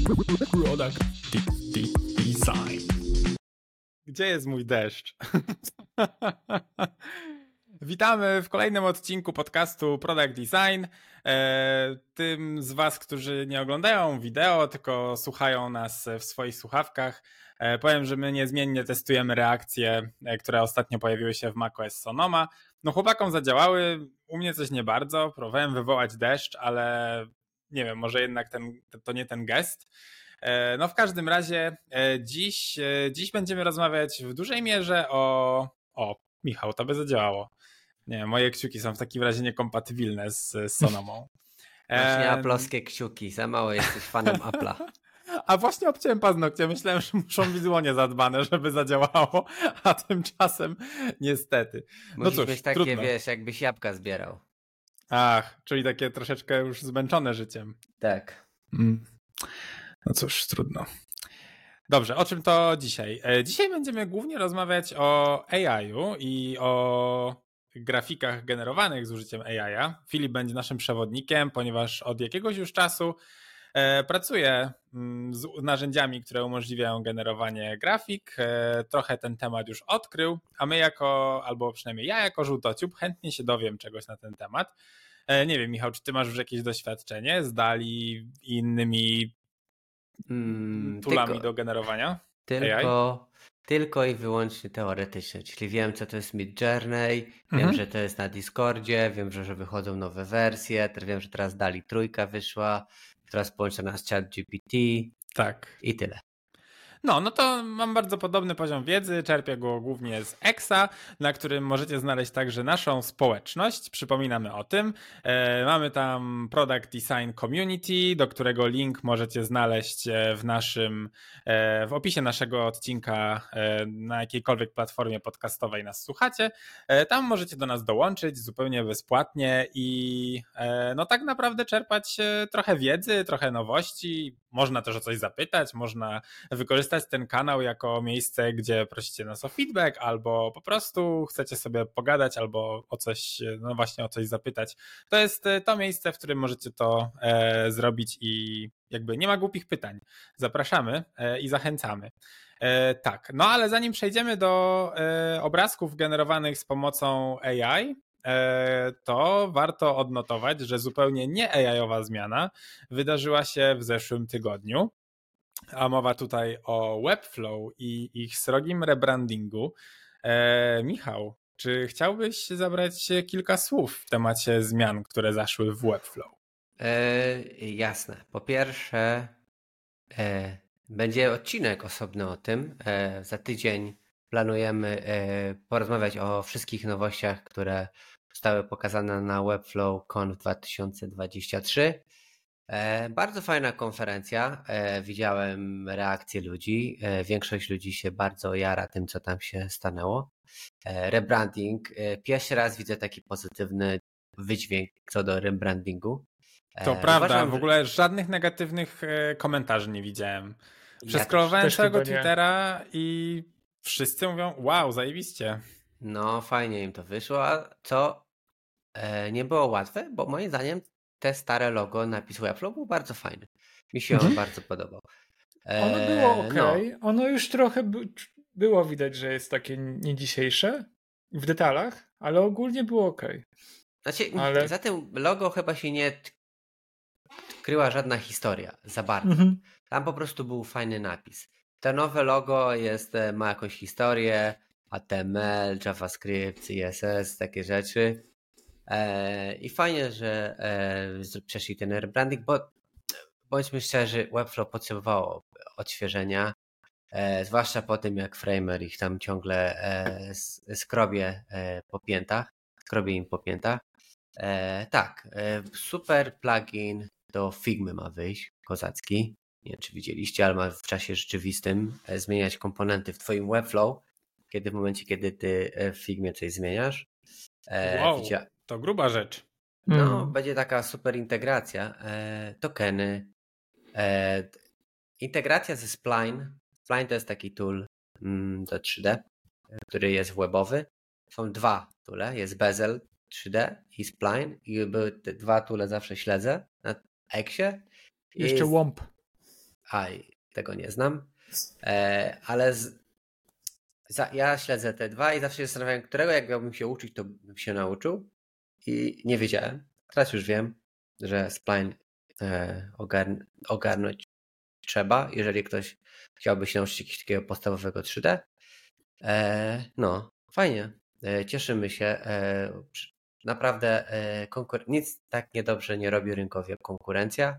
Product Design. Gdzie jest mój deszcz? Witamy w kolejnym odcinku podcastu Product Design. Tym z Was, którzy nie oglądają wideo, tylko słuchają nas w swoich słuchawkach, powiem, że my niezmiennie testujemy reakcje, które ostatnio pojawiły się w macOS Sonoma. No chłopakom zadziałały, u mnie coś nie bardzo. Próbowałem wywołać deszcz, ale nie wiem, może jednak to nie ten gest. No w każdym razie dziś będziemy rozmawiać w dużej mierze o Michał, to by zadziałało. Nie, moje kciuki są w takim razie niekompatybilne z Sonomą. Masz nieaplowskie kciuki, za mało jesteś fanem Apple'a. A właśnie obciąłem paznokcie, myślałem, że muszą być dłonie zadbane, żeby zadziałało, a tymczasem niestety. Musisz cóż, mieć takie, trudno. wiesz, jakbyś jabłka zbierał. Ach, czyli takie troszeczkę już zmęczone życiem. Tak. No cóż, trudno. Dobrze, o czym to dzisiaj? Dzisiaj będziemy głównie rozmawiać o AI-u i o grafikach generowanych z użyciem AI-a. Filip będzie naszym przewodnikiem, ponieważ od jakiegoś już czasu pracuje z narzędziami, które umożliwiają generowanie grafik. Trochę ten temat już odkrył, a my albo przynajmniej ja jako żółtociub chętnie się dowiem czegoś na ten temat. Nie wiem, Michał, czy ty masz już jakieś doświadczenie z DALL-E i innymi toolami do generowania? Tylko i wyłącznie teoretycznie, czyli wiem, co to jest Midjourney, wiem, że to jest na Discordzie, wiem, że wychodzą nowe wersje, wiem, że teraz DALL-E 3 wyszła, teraz połączona z ChatGPT. Tak. I tyle. No to mam bardzo podobny poziom wiedzy, czerpię go głównie z Xa, na którym możecie znaleźć także naszą społeczność, przypominamy o tym. Mamy tam Product Design Community, do którego link możecie znaleźć w opisie naszego odcinka na jakiejkolwiek platformie podcastowej nas słuchacie. Tam możecie do nas dołączyć zupełnie bezpłatnie i no tak naprawdę czerpać trochę wiedzy, trochę nowości. Można też o coś zapytać, można wykorzystać ten kanał jako miejsce, gdzie prosicie nas o feedback, albo po prostu chcecie sobie pogadać, albo o coś, no właśnie o coś zapytać. To jest to miejsce, w którym możecie to zrobić i jakby nie ma głupich pytań. Zapraszamy i zachęcamy. Tak, no ale zanim przejdziemy do obrazków generowanych z pomocą AI, to warto odnotować, że zupełnie nie AI-owa zmiana wydarzyła się w zeszłym tygodniu. A mowa tutaj o Webflow i ich srogim rebrandingu. Michał, czy chciałbyś zabrać kilka słów w temacie zmian, które zaszły w Webflow? Jasne. Po pierwsze, będzie odcinek osobny o tym. Za tydzień planujemy porozmawiać o wszystkich nowościach, które zostały pokazane na Webflow Conf 2023. Bardzo fajna konferencja. Widziałem reakcje ludzi. Większość ludzi się bardzo jara tym, co tam się stanęło. Rebranding. Pierwszy raz widzę taki pozytywny wydźwięk co do rebrandingu. To prawda, w ogóle żadnych negatywnych komentarzy nie widziałem. Przeskrolowałem całego Twittera i wszyscy mówią, wow, zajebiście. No fajnie im to wyszło, a co nie było łatwe, bo moim zdaniem te stare logo, napis Webflow był bardzo fajny. Mi się on bardzo podobał. Ono było okej. No. Ono już trochę było widać, że jest takie nie dzisiejsze w detalach, ale ogólnie było okej. Znaczy, za tym logo chyba się nie kryła żadna historia za bardzo. Tam po prostu był fajny napis. To nowe logo ma jakąś historię, HTML, JavaScript, CSS, takie rzeczy. I fajnie, że przeszli ten rebranding, bo bądźmy szczerzy, Webflow potrzebowało odświeżenia, zwłaszcza po tym, jak Framer ich tam ciągle skrobie im po piętach. Tak, super plugin do Figmy ma wyjść, kozacki. Nie wiem, czy widzieliście, ale ma w czasie rzeczywistym zmieniać komponenty w twoim Webflow, w momencie, kiedy ty w Figmie coś zmieniasz. Wow, to gruba rzecz. No, będzie taka super integracja. Tokeny. Integracja ze Spline. Spline to jest taki tool do 3D, który jest webowy. Są dwa toole. Jest Bezel 3D i Spline. I te dwa toole zawsze śledzę na Exie. Jeszcze WOMP. i tego nie znam, ale ja śledzę te dwa i zawsze się zastanawiałem, którego jak miałbym się uczyć, to bym się nauczył i nie wiedziałem. Teraz już wiem, że spline ogarnąć trzeba, jeżeli ktoś chciałby się nauczyć jakiegoś takiego podstawowego 3D. No, fajnie. Cieszymy się. Naprawdę nic tak niedobrze nie robi rynkowi jak konkurencja.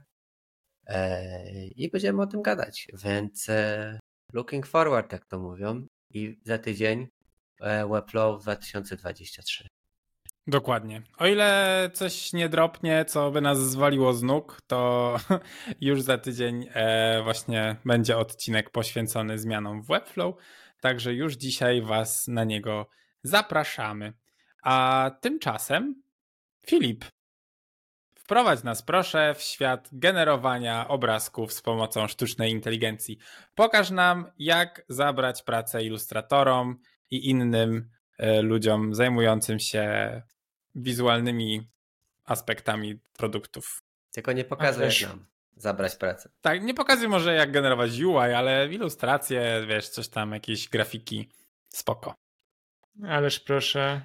I będziemy o tym gadać. Więc looking forward, jak to mówią. I za tydzień Webflow 2023. Dokładnie. O ile coś nie dropnie, co by nas zwaliło z nóg, to już za tydzień właśnie będzie odcinek poświęcony zmianom w Webflow, także już dzisiaj Was na niego zapraszamy. A tymczasem Filip, wprowadź nas proszę w świat generowania obrazków z pomocą sztucznej inteligencji. Pokaż nam, jak zabrać pracę ilustratorom i innym ludziom zajmującym się wizualnymi aspektami produktów. Tylko nie pokazujesz nam zabrać pracę. Tak, nie pokazuj może jak generować UI, ale ilustracje, wiesz, coś tam, jakieś grafiki, spoko. Ależ proszę.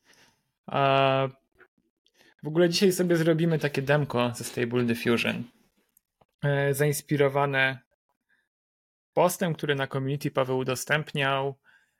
W ogóle dzisiaj sobie zrobimy takie demko ze Stable Diffusion. Zainspirowane postem, który na community Paweł udostępniał.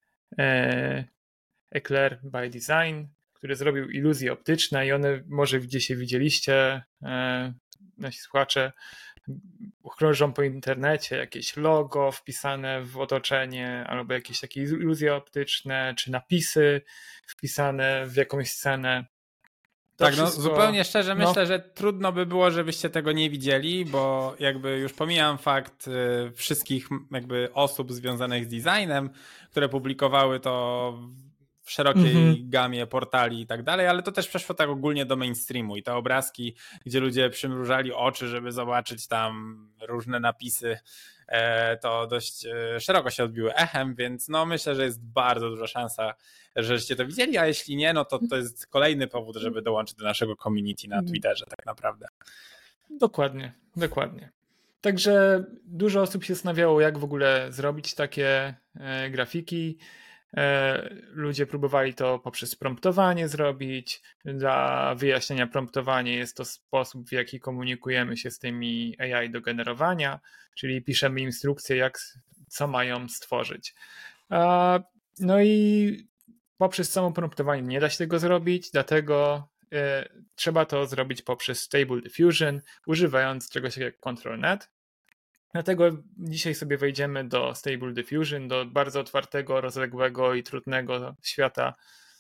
Eclair by Design, który zrobił iluzje optyczne i one może gdzieś je widzieliście, nasi słuchacze, krążą po internecie jakieś logo wpisane w otoczenie albo jakieś takie iluzje optyczne czy napisy wpisane w jakąś scenę. Tak, no zupełnie szczerze myślę, że trudno by było, żebyście tego nie widzieli, bo jakby już pomijam fakt wszystkich jakby osób związanych z designem, które publikowały to w szerokiej gamie portali i tak dalej, ale to też przeszło tak ogólnie do mainstreamu i te obrazki, gdzie ludzie przymrużali oczy, żeby zobaczyć tam różne napisy, to dość szeroko się odbiły echem, więc no myślę, że jest bardzo duża szansa, żeście to widzieli, a jeśli nie, no to jest kolejny powód, żeby dołączyć do naszego community na Twitterze tak naprawdę. Dokładnie. Także dużo osób się zastanawiało, jak w ogóle zrobić takie grafiki. Ludzie próbowali to poprzez promptowanie zrobić. Dla wyjaśnienia promptowanie jest to sposób, w jaki komunikujemy się z tymi AI do generowania, czyli piszemy instrukcje, co mają stworzyć. No i poprzez samo promptowanie nie da się tego zrobić, dlatego trzeba to zrobić poprzez Stable Diffusion, używając czegoś jak ControlNet. Dlatego dzisiaj sobie wejdziemy do Stable Diffusion, do bardzo otwartego, rozległego i trudnego świata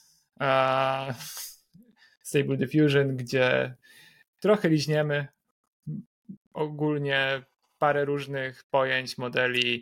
Stable Diffusion, gdzie trochę liźniemy ogólnie parę różnych pojęć, modeli,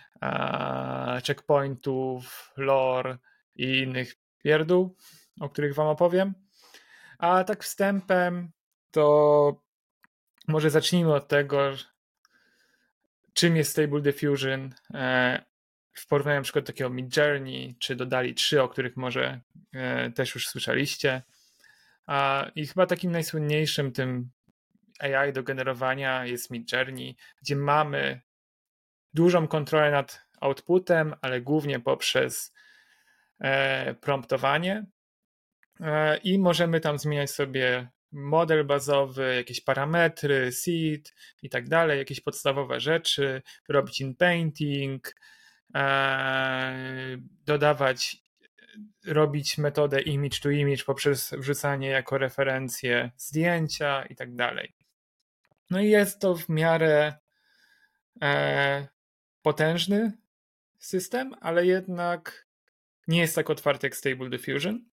checkpointów, lore i innych pierdół, o których wam opowiem. A tak wstępem to może zacznijmy od tego, czym jest Stable Diffusion w porównaniu na przykład do takiego Midjourney czy do DALL-E 3, o których może też już słyszeliście. I chyba takim najsłynniejszym tym AI do generowania jest Midjourney, gdzie mamy dużą kontrolę nad outputem, ale głównie poprzez promptowanie i możemy tam zmieniać sobie model bazowy, jakieś parametry, seed i tak dalej, jakieś podstawowe rzeczy, robić in-painting, robić metodę image to image poprzez wrzucanie jako referencję zdjęcia i tak dalej. No i jest to w miarę potężny system, ale jednak nie jest tak otwarty jak Stable Diffusion.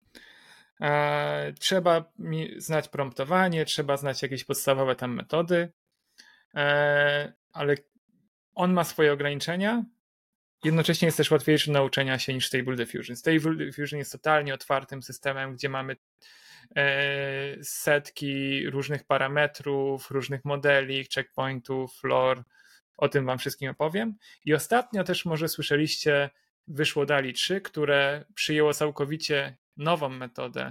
Trzeba znać promptowanie, trzeba znać jakieś podstawowe tam metody, ale on ma swoje ograniczenia. Jednocześnie jest też łatwiejszy do nauczenia się niż Stable Diffusion. Stable Diffusion jest totalnie otwartym systemem, gdzie mamy setki różnych parametrów, różnych modeli, checkpointów, lore. O tym wam wszystkim opowiem. I ostatnio też może słyszeliście, wyszło DALL-E 3, które przyjęło całkowicie nową metodę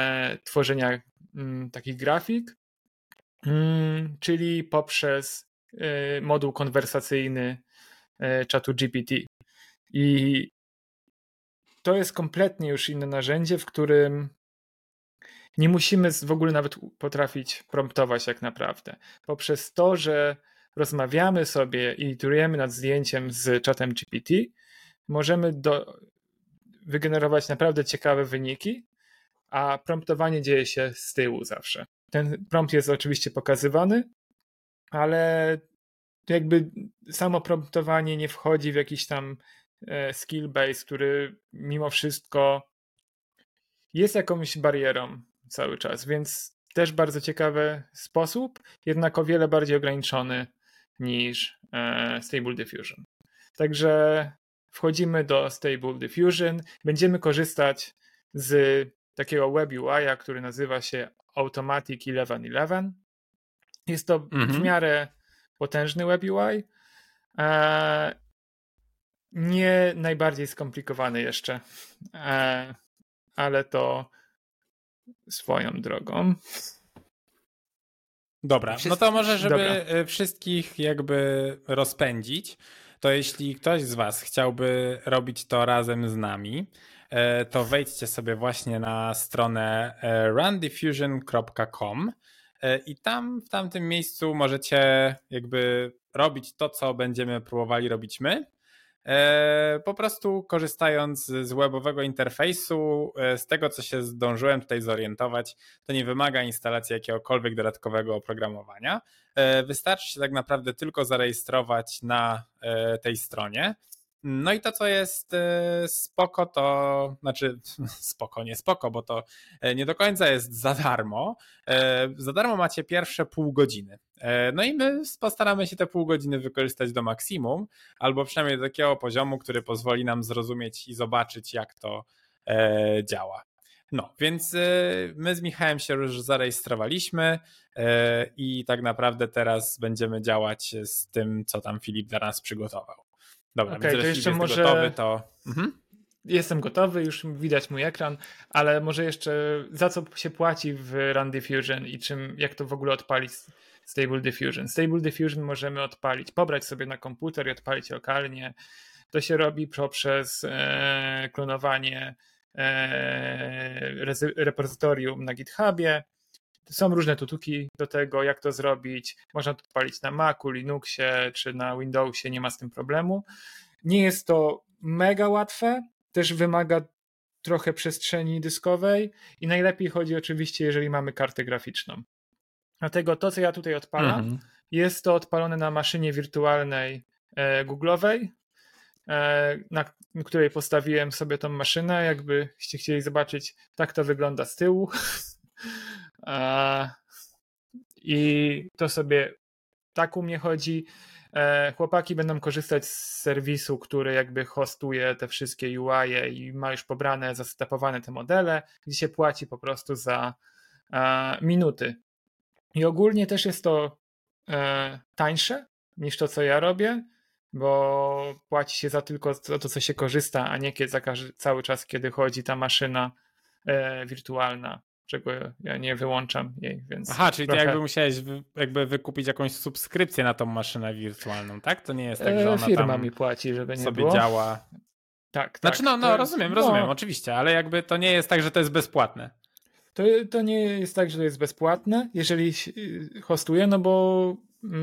tworzenia takich grafik, czyli poprzez moduł konwersacyjny czatu GPT. I to jest kompletnie już inne narzędzie, w którym nie musimy w ogóle nawet potrafić promptować tak naprawdę. Poprzez to, że rozmawiamy sobie i iterujemy nad zdjęciem z czatem GPT, możemy wygenerować naprawdę ciekawe wyniki, a promptowanie dzieje się z tyłu zawsze. Ten prompt jest oczywiście pokazywany, ale jakby samo promptowanie nie wchodzi w jakiś tam skill base, który mimo wszystko jest jakąś barierą cały czas, więc też bardzo ciekawy sposób, jednak o wiele bardziej ograniczony niż Stable Diffusion. Także wchodzimy do Stable Diffusion, będziemy korzystać z takiego web UI, który nazywa się Automatic 1111. Jest to w miarę potężny web UI, nie najbardziej skomplikowany jeszcze, ale to swoją drogą. Dobra, no to może, żeby wszystkich jakby rozpędzić, to jeśli ktoś z was chciałby robić to razem z nami, to wejdźcie sobie właśnie na stronę rundiffusion.com i tam w tamtym miejscu możecie jakby robić to, co będziemy próbowali robić my. Po prostu korzystając z webowego interfejsu, z tego co się zdążyłem tutaj zorientować, to nie wymaga instalacji jakiegokolwiek dodatkowego oprogramowania. Wystarczy się tak naprawdę tylko zarejestrować na tej stronie. No i to, co jest spoko, to znaczy spoko, nie spoko, bo to nie do końca jest za darmo. Za darmo macie pierwsze pół godziny. No i my postaramy się te pół godziny wykorzystać do maksimum, albo przynajmniej do takiego poziomu, który pozwoli nam zrozumieć i zobaczyć, jak to działa. No, więc my z Michałem się już zarejestrowaliśmy i tak naprawdę teraz będziemy działać z tym, co tam Filip dla nas przygotował. Dobra, okay, to jeszcze może gotowy, to... Jestem gotowy, już widać mój ekran, ale może jeszcze za co się płaci w Run Diffusion i jak to w ogóle odpalić Stable Diffusion. Stable Diffusion możemy odpalić, pobrać sobie na komputer i odpalić lokalnie. To się robi poprzez klonowanie repozytorium na GitHubie. Są różne tutuki do tego, jak to zrobić. Można to odpalić na Macu, Linuxie czy na Windowsie, nie ma z tym problemu. Nie jest to mega łatwe, też wymaga trochę przestrzeni dyskowej i najlepiej chodzi oczywiście, jeżeli mamy kartę graficzną. Dlatego to, co ja tutaj odpalam, jest to odpalone na maszynie wirtualnej Google'owej, na której postawiłem sobie tą maszynę. Jakbyście chcieli zobaczyć, tak to wygląda z tyłu. I to sobie tak u mnie chodzi. Chłopaki będą korzystać z serwisu, który jakby hostuje te wszystkie UI i ma już pobrane, zastetowane te modele, gdzie się płaci po prostu za minuty. I ogólnie też jest to tańsze niż to, co ja robię, bo płaci się tylko za to, co się korzysta, a nie cały czas, kiedy chodzi ta maszyna wirtualna, czego ja nie wyłączam jej, więc... Aha, czyli trochę... ty jakby musiałeś jakby wykupić jakąś subskrypcję na tą maszynę wirtualną, tak? To nie jest tak, że ona firma tam mi płaci, żeby nie sobie było. działa. Tak, znaczy, rozumiem, oczywiście, ale jakby to nie jest tak, że to jest bezpłatne. To nie jest tak, że to jest bezpłatne, jeżeli hostuję, no bo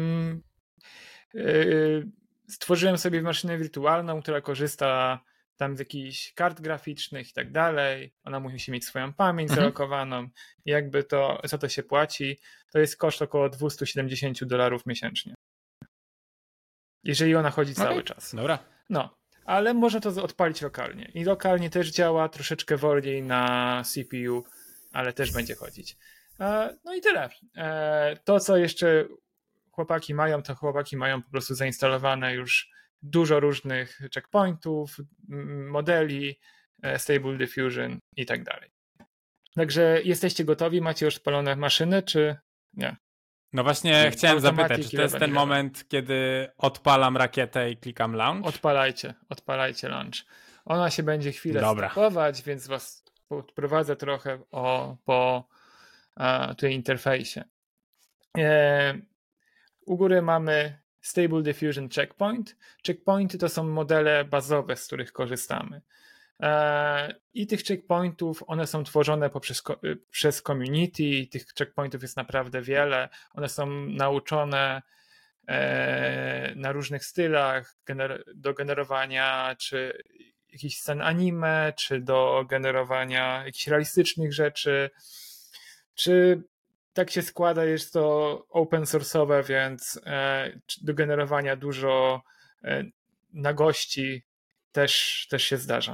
stworzyłem sobie maszynę wirtualną, która korzysta tam z jakichś kart graficznych i tak dalej. Ona musi mieć swoją pamięć zalokowaną. I jakby to, za to się płaci, to jest koszt około $270 miesięcznie. Jeżeli ona chodzi cały czas. Dobra. No, ale można to odpalić lokalnie. I lokalnie też działa troszeczkę wolniej na CPU, ale też będzie chodzić. No i tyle. To, co jeszcze chłopaki mają, to chłopaki mają po prostu zainstalowane już dużo różnych checkpointów, modeli, Stable Diffusion i tak dalej. Także jesteście gotowi? Macie już spalone maszyny, czy nie? No właśnie chciałem zapytać, czy to jest ten moment, kiedy odpalam rakietę i klikam launch? Odpalajcie launch. Ona się będzie chwilę stopować, więc was podprowadzę trochę po tej interfejsie. u góry mamy Stable Diffusion Checkpoint. Checkpointy to są modele bazowe, z których korzystamy. I tych checkpointów, one są tworzone przez community, tych checkpointów jest naprawdę wiele, one są nauczone na różnych stylach do generowania czy jakichś scen anime, czy do generowania jakichś realistycznych rzeczy, czy tak się składa, jest to open source'owe, więc do generowania dużo nagości też się zdarza.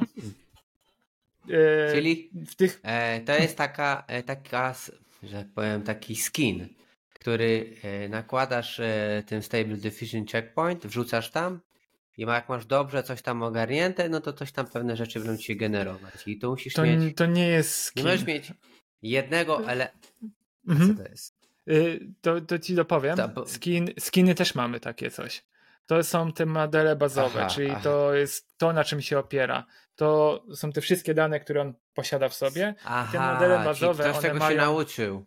Czyli to jest taka, że tak powiem, taki skin, który nakładasz tym Stable Diffusion Checkpoint, wrzucasz tam i jak masz dobrze coś tam ogarnięte, no to coś tam pewne rzeczy będą ci się generować. I tu musisz mieć... To nie jest skin. Nie możesz mieć jednego, ale... Co to jest? To ci dopowiem. Skiny też mamy takie coś. To są te modele bazowe, czyli to jest to, na czym się opiera. To są te wszystkie dane, które on posiada w sobie. I te modele bazowe, ktoś tego się nauczył.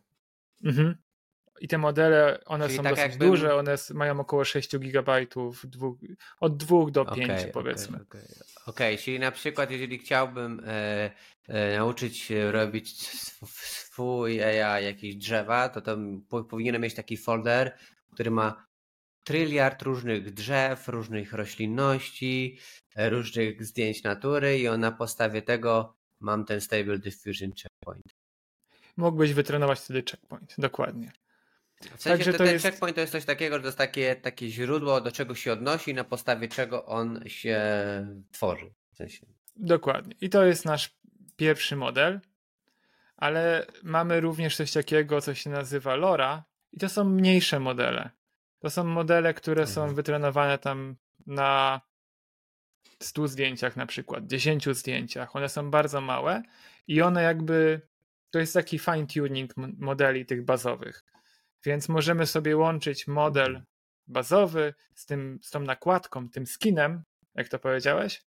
I te modele, one czyli są tak dosyć duże, one mają około 6 GB, od 2 do 5 powiedzmy. Okej, czyli na przykład jeżeli chciałbym nauczyć się robić swój AI jakieś drzewa, to powinienem mieć taki folder, który ma tryliard różnych drzew, różnych roślinności, różnych zdjęć natury i na podstawie tego mam ten Stable Diffusion Checkpoint. Mógłbyś wytrenować wtedy checkpoint, dokładnie. W sensie ten checkpoint to jest coś takiego, że to jest takie źródło, do czego się odnosi, na podstawie czego on się tworzy. W sensie. Dokładnie. I to jest nasz pierwszy model, ale mamy również coś takiego, co się nazywa LoRA i to są mniejsze modele. To są modele, które są wytrenowane tam na 100 zdjęciach na przykład, 10 zdjęciach. One są bardzo małe i one jakby, to jest taki fine tuning modeli tych bazowych. Więc możemy sobie łączyć model bazowy z tą nakładką, tym skinem, jak to powiedziałeś,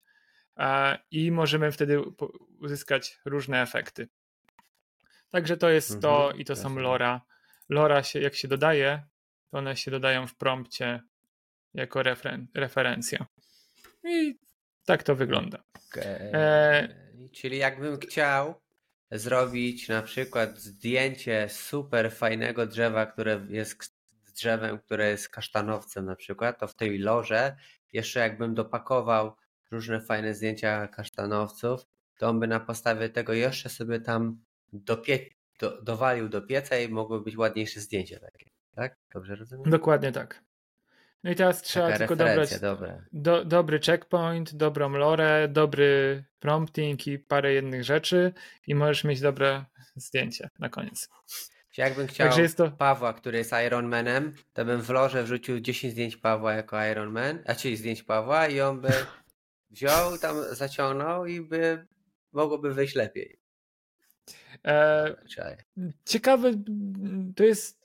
i możemy wtedy uzyskać różne efekty. Także to jest to i to są LoRA. LoRA jak się dodaje, to one się dodają w prompcie jako referencja. I tak to wygląda. Czyli jakbym chciał zrobić na przykład zdjęcie super fajnego drzewa, które jest drzewem, które jest kasztanowcem na przykład, to w tej LoRze jeszcze jakbym dopakował różne fajne zdjęcia kasztanowców, to on by na podstawie tego jeszcze sobie tam dowalił do pieca i mogły być ładniejsze zdjęcia takie. Tak? Dobrze rozumiem? Dokładnie tak. No i teraz trzeba tylko dobrać dobry checkpoint, dobrą LoRę, dobry prompting i parę innych rzeczy i możesz mieć dobre zdjęcie na koniec. Jakbym chciał Pawła, który jest Iron Manem, to bym w LoRze wrzucił 10 zdjęć Pawła jako Iron Man, czyli zdjęć Pawła i on by wziął, tam zaciągnął i mogłoby wyjść lepiej. Ciekawe, to jest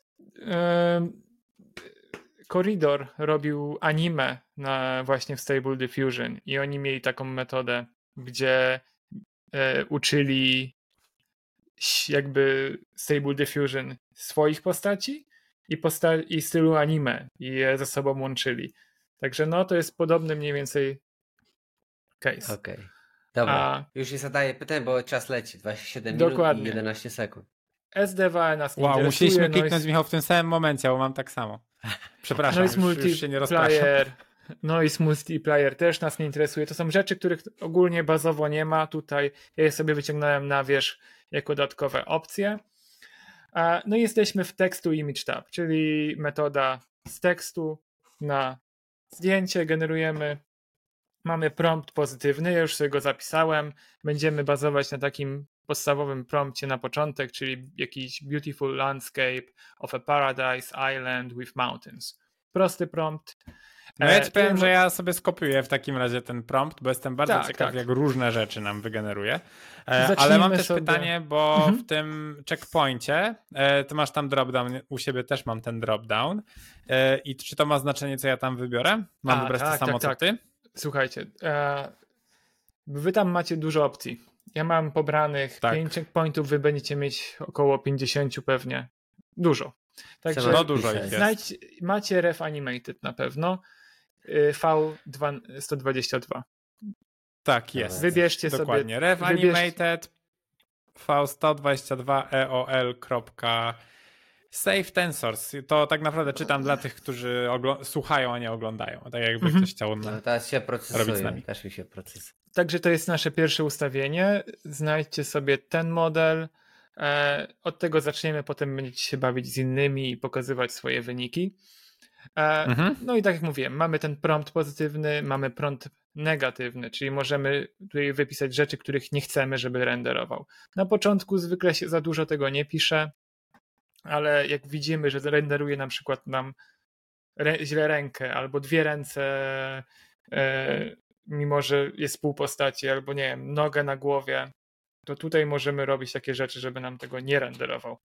Corridor robił anime właśnie w Stable Diffusion i oni mieli taką metodę, gdzie uczyli jakby Stable Diffusion swoich postaci i stylu anime i je ze sobą łączyli. Także no to jest podobny mniej więcej case. Okej. Dobra, już nie zadaję pytań, bo czas leci. 27 minut i 11 sekund. SDW nas nie interesuje. Musieliśmy kliknąć, Michał, w tym samym momencie, bo mam tak samo. Przepraszam, już się nie rozpraszam. Noise multiplayer też nas nie interesuje. To są rzeczy, których ogólnie bazowo nie ma. Tutaj ja je sobie wyciągnąłem na wierzch jako dodatkowe opcje. No i jesteśmy w tekstu image tab, czyli metoda z tekstu na zdjęcie generujemy. Mamy prompt pozytywny, ja już sobie go zapisałem. Będziemy bazować na takim podstawowym prompcie na początek, czyli jakiś beautiful landscape of a paradise island with mountains. Prosty prompt. No ja ci powiem, że ja sobie skopiuję w takim razie ten prompt, bo jestem bardzo ciekaw, jak różne rzeczy nam wygeneruje. Ale mam też pytanie, bo w tym checkpoincie ty masz tam dropdown, u siebie też mam ten dropdown. I czy to ma znaczenie, co ja tam wybiorę? Mam wybrać to samo, co ty? Słuchajcie, wy tam macie dużo opcji. Ja mam pobranych 5 checkpointów, wy będziecie mieć około 50 pewnie. Dużo. Także No dużo ich jest. macie Ref Animated na pewno. V122. Tak, jest. Wybierzcie dokładnie. sobie. Ref Animated V122 EOL.Save Tensors. To tak naprawdę czytam dla tych, którzy słuchają, a nie oglądają. Tak jakby ktoś chciał teraz się robić z nami. Też mi się procesuje. Także to jest nasze pierwsze ustawienie. Znajdźcie sobie ten model. Od tego zaczniemy, potem będziecie się bawić z innymi i pokazywać swoje wyniki. No i tak jak mówiłem, mamy ten prompt pozytywny, mamy prompt negatywny, czyli możemy tutaj wypisać rzeczy, których nie chcemy, żeby renderował. Na początku zwykle się za dużo tego nie pisze, ale jak widzimy, że renderuje na przykład nam źle rękę albo dwie ręce, mimo że jest pół postaci, albo nie wiem, nogę na głowie, to tutaj możemy robić takie rzeczy, żeby nam tego nie renderował.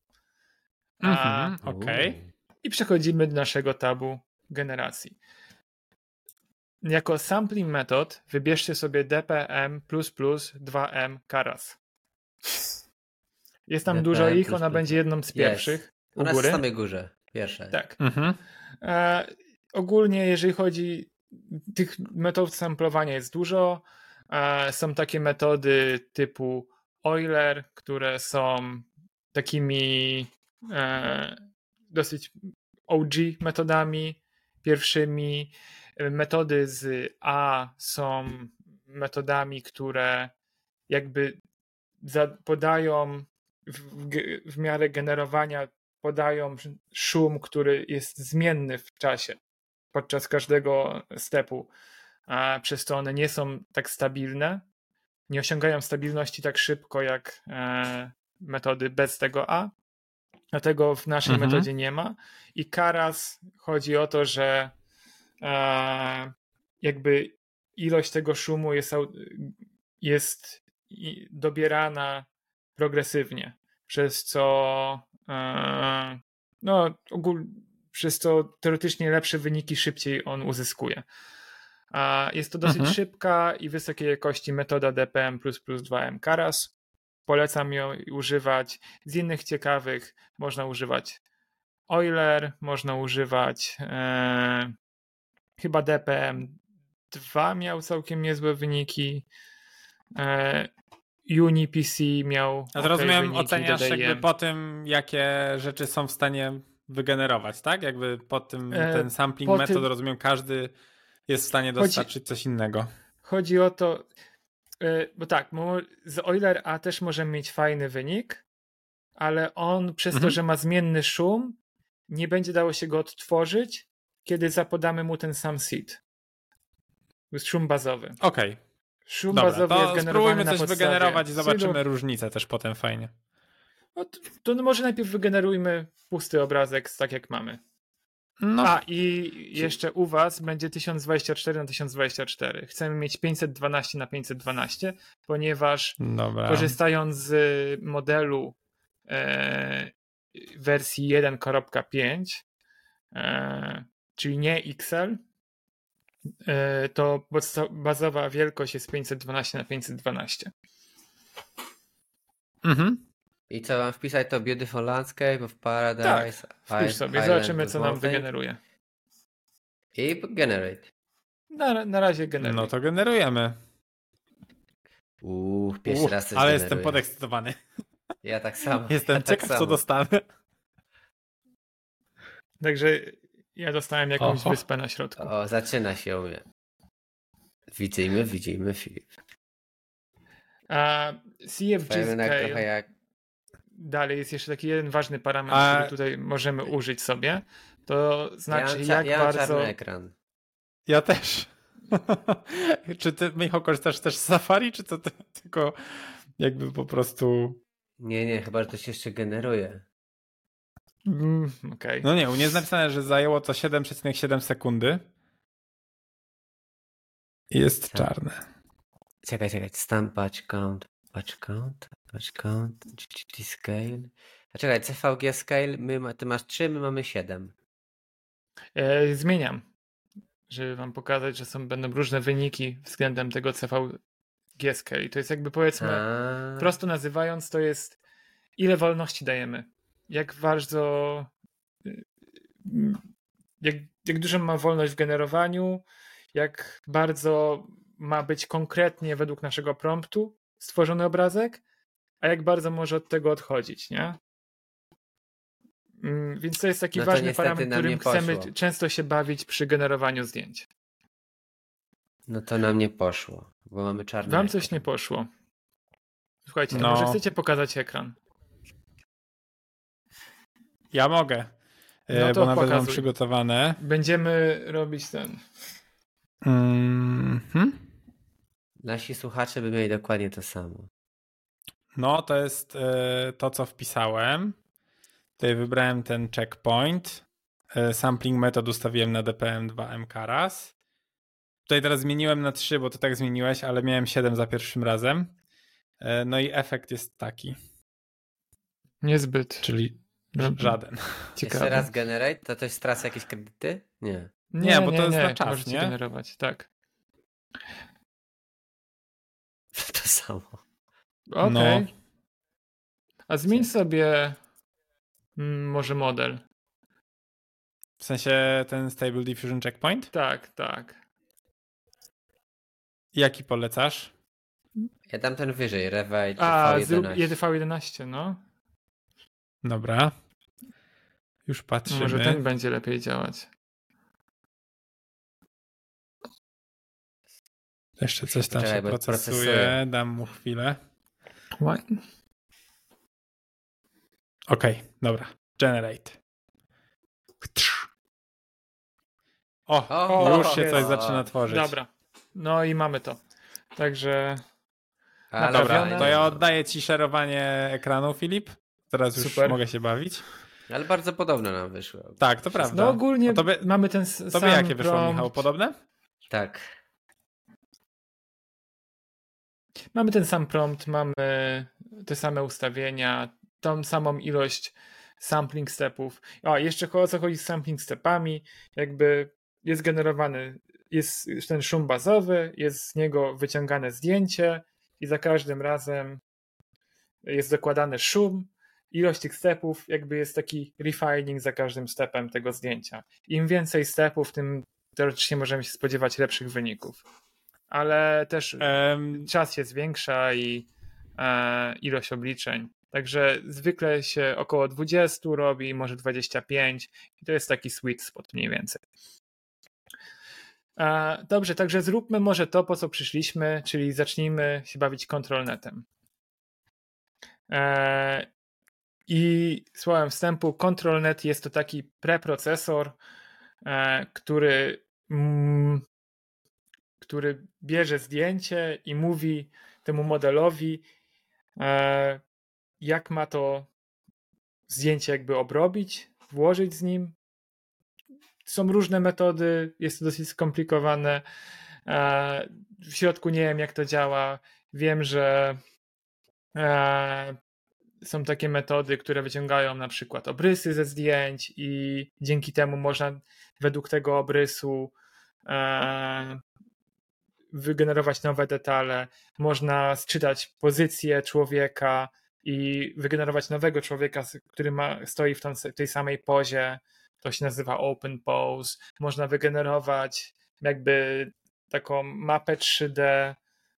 Okej. I przechodzimy do naszego tabu generacji. Jako sampling method wybierzcie sobie dpm++ 2m Keras. Jest tam DPM dużo ich, plus ona plus. będzie jedną z pierwszych u Ona góry. jest w samej górze. Pierwsza. Tak. Ogólnie, jeżeli chodzi, tych metod samplowania jest dużo. Są takie metody typu Euler, które są takimi dosyć OG metodami pierwszymi. Metody z A są metodami, które jakby podają w miarę generowania, podają szum, który jest zmienny w czasie podczas każdego stepu, a przez to one nie są tak stabilne, nie osiągają stabilności tak szybko jak metody bez tego A. Dlatego w naszej metodzie nie ma. I Keras chodzi o to, że jakby ilość tego szumu jest dobierana progresywnie, przez co przez co teoretycznie lepsze wyniki szybciej on uzyskuje. Jest to dosyć szybka i wysokiej jakości metoda dpm++ 2m Keras. Polecam ją używać. Z innych ciekawych można używać Euler, można używać chyba dpm2 miał całkiem niezłe wyniki. UniPC miał A to rozumiem, wyniki, oceniasz DDIM. jakby po tym, jakie rzeczy są w stanie wygenerować, tak? Jakby po tym ten sampling metod, rozumiem, każdy jest w stanie dostarczyć coś innego. Chodzi o to, bo tak, z Euler A też możemy mieć fajny wynik, ale on przez to, że ma zmienny szum, nie będzie dało się go odtworzyć, kiedy zapodamy mu ten sam seed. To jest szum bazowy. Okej. Szum bazowy jest generowany spróbujmy na coś podstawie wygenerować i zobaczymy seedu. różnicę też potem fajnie. To może najpierw wygenerujmy pusty obrazek tak jak mamy. I jeszcze u was będzie 1024 na 1024. Chcemy mieć 512 na 512, ponieważ korzystając z modelu wersji 1.5, czyli nie XL, to bazowa wielkość jest 512 na 512. I co mam wpisać? To Beautiful Landscape of Paradise. Tak, wpisz sobie, zobaczymy co nam wygeneruje. I generate. Na razie generuje. No to generujemy. Pierwszy raz coś ale generuję. jestem podekscytowany. Ja tak samo. Jestem ciekaw, co dostanę. Także ja dostałem jakąś wyspę na środku. Zaczyna się u mnie. Widzimy film. CFG Scale. Trochę jak... Dalej jest jeszcze taki jeden ważny parametr, który tutaj możemy użyć sobie. To znaczy jak bardzo... czarny ekran. Ja też. Czy ty, Michał, korzystasz też z Safari, czy to tylko jakby po prostu... Nie, chyba, że to się jeszcze generuje. Okay. No nie, u mnie jest napisane, że zajęło to 7,7 sekundy. I jest czarne. Czekaj. Stamp patch count, GGT scale. A czekaj, CVG scale, ty masz 3, my mamy 7. Zmieniam, żeby wam pokazać, że będą różne wyniki względem tego CVG scale. To jest jakby, powiedzmy, prosto nazywając, to jest ile wolności dajemy. Jak bardzo jak dużą ma wolność w generowaniu, jak bardzo ma być konkretnie według naszego promptu stworzony obrazek, a jak bardzo może od tego odchodzić, nie? Więc to jest taki ważny parametr, którym chcemy często się bawić przy generowaniu zdjęć. No to nam nie poszło, bo mamy czarny Wam ekran. coś nie poszło. Słuchajcie, to może chcecie pokazać ekran? Ja mogę, no to bo nawet mam przygotowane. Będziemy robić ten. Nasi słuchacze by mieli dokładnie to samo. No, to jest to, co wpisałem. Tutaj wybrałem ten checkpoint. Sampling method ustawiłem na DPM2 mKaras. Tutaj teraz zmieniłem na 3, bo to tak zmieniłeś, ale miałem 7 za pierwszym razem. No i efekt jest taki. Niezbyt. Czyli żaden. Ciekawe. Jeszcze raz generate, to stracę jakieś kredyty? Nie. Nie, bo to jest na czas, możecie nie? generować, tak. To samo. Okej. No. A zmień sobie może model. W sensie ten Stable Diffusion Checkpoint? Tak. Jaki polecasz? Ja dam ten wyżej, Revite V11. V11, no. Dobra. Już patrzymy. Może ten będzie lepiej działać. Jeszcze coś tam się procesuje. Dam mu chwilę. Okej, dobra. Generate. Już się coś zaczyna tworzyć. Dobra. No i mamy to. Także dobra, to ja oddaję ci szerowanie ekranu, Filip. Teraz już Super. Mogę się bawić. Ale bardzo podobne nam wyszło. Tak, to prawda. No ogólnie mamy ten sam Tobie jakie wyszło, Michał? Podobne? Tak. Mamy ten sam prompt, mamy te same ustawienia, tą samą ilość sampling stepów. Jeszcze o co chodzi z sampling stepami, jakby jest generowany, jest ten szum bazowy, jest z niego wyciągane zdjęcie i za każdym razem jest dokładany szum. Ilość tych stepów jakby jest taki refining za każdym stepem tego zdjęcia. Im więcej stepów, tym teoretycznie możemy się spodziewać lepszych wyników. Ale też czas się zwiększa i ilość obliczeń. Także zwykle się około 20 robi, może 25 i to jest taki sweet spot mniej więcej. Dobrze, także zróbmy może to, po co przyszliśmy, czyli zacznijmy się bawić ControlNetem. I słowem wstępu, ControlNet jest to taki preprocesor, który bierze zdjęcie i mówi temu modelowi, jak ma to zdjęcie jakby obrobić, włożyć z nim. Są różne metody, jest to dosyć skomplikowane. W środku nie wiem, jak to działa. Wiem, że są takie metody, które wyciągają na przykład obrysy ze zdjęć i dzięki temu można według tego obrysu wygenerować nowe detale. Można sczytać pozycję człowieka i wygenerować nowego człowieka, który stoi w tej samej pozie. To się nazywa open pose. Można wygenerować jakby taką mapę 3D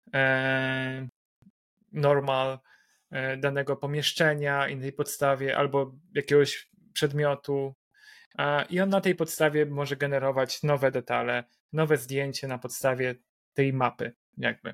normal danego pomieszczenia, innej podstawie albo jakiegoś przedmiotu. I on na tej podstawie może generować nowe detale, nowe zdjęcie na podstawie tej mapy jakby.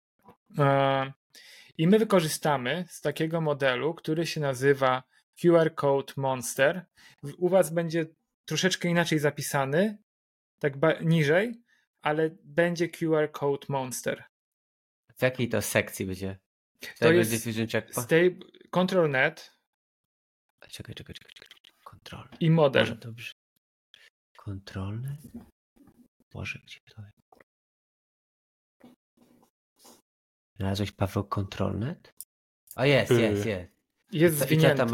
I my wykorzystamy z takiego modelu, który się nazywa QR Code Monster. U was będzie troszeczkę inaczej zapisany, tak niżej, ale będzie QR Code Monster. W jakiej to sekcji będzie? To jest ControlNet. Czekaj. Control. I model. Może dobrze. ControlNet? Boże, gdzie to jest? Znalazłeś, Paweł, ControlNet? O, jest. Jest zwinięty.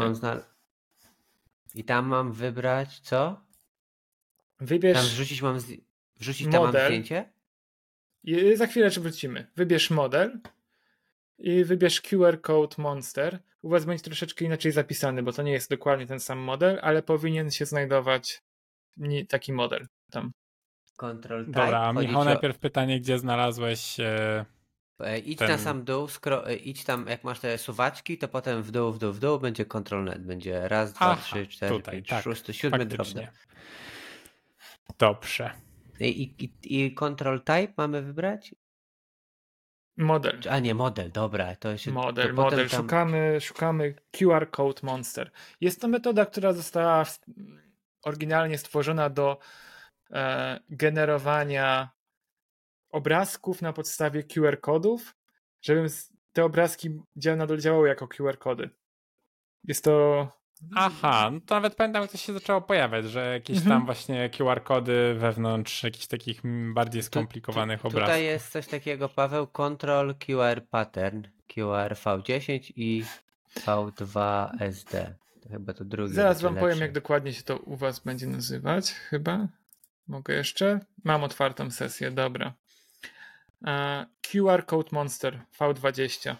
I tam mam wybrać co? Wybierz. Tam wrzucić tam mam zdjęcie? I za chwilę wrócimy. Wybierz model i wybierz QR Code Monster. U was będzie troszeczkę inaczej zapisany, bo to nie jest dokładnie ten sam model, ale powinien się znajdować taki model tam. Control type. Dobra, Michał, najpierw pytanie, gdzie znalazłeś idź na sam dół, idź tam, jak masz te suwaczki, to potem w dół, będzie Control Net. Będzie raz, dwa, trzy, cztery, tutaj, pięć, tak, 6, 7 faktycznie. drobny. Dobrze. I Control Type mamy wybrać? Model. A nie, model, dobra. To się, model. Tam... Szukamy QR Code Monster. Jest to metoda, która została oryginalnie stworzona do generowania obrazków na podstawie QR kodów, żeby te obrazki nadal działały jako QR kody. Jest to... Aha, no to nawet pamiętam, jak to się zaczęło pojawiać, że jakieś tam właśnie QR kody wewnątrz jakichś takich bardziej skomplikowanych obrazków. Tutaj jest coś takiego, Paweł, Control QR Pattern, QR V10 i V2SD. To chyba to drugie. Zaraz wam lepsze. powiem, jak dokładnie się to u was będzie nazywać, chyba. Mogę jeszcze? Mam otwartą sesję, dobra. QR Code Monster V20.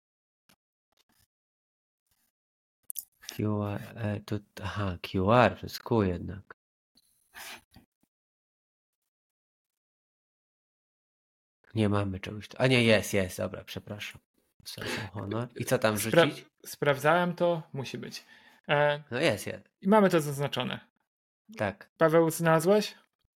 QR, to jest Q jednak. Nie mamy czegoś. A nie, jest, dobra, przepraszam. Honor. I co tam wrzucić? Sprawdzałem to, musi być. No jest. I mamy to zaznaczone. Tak. Paweł, znalazłeś?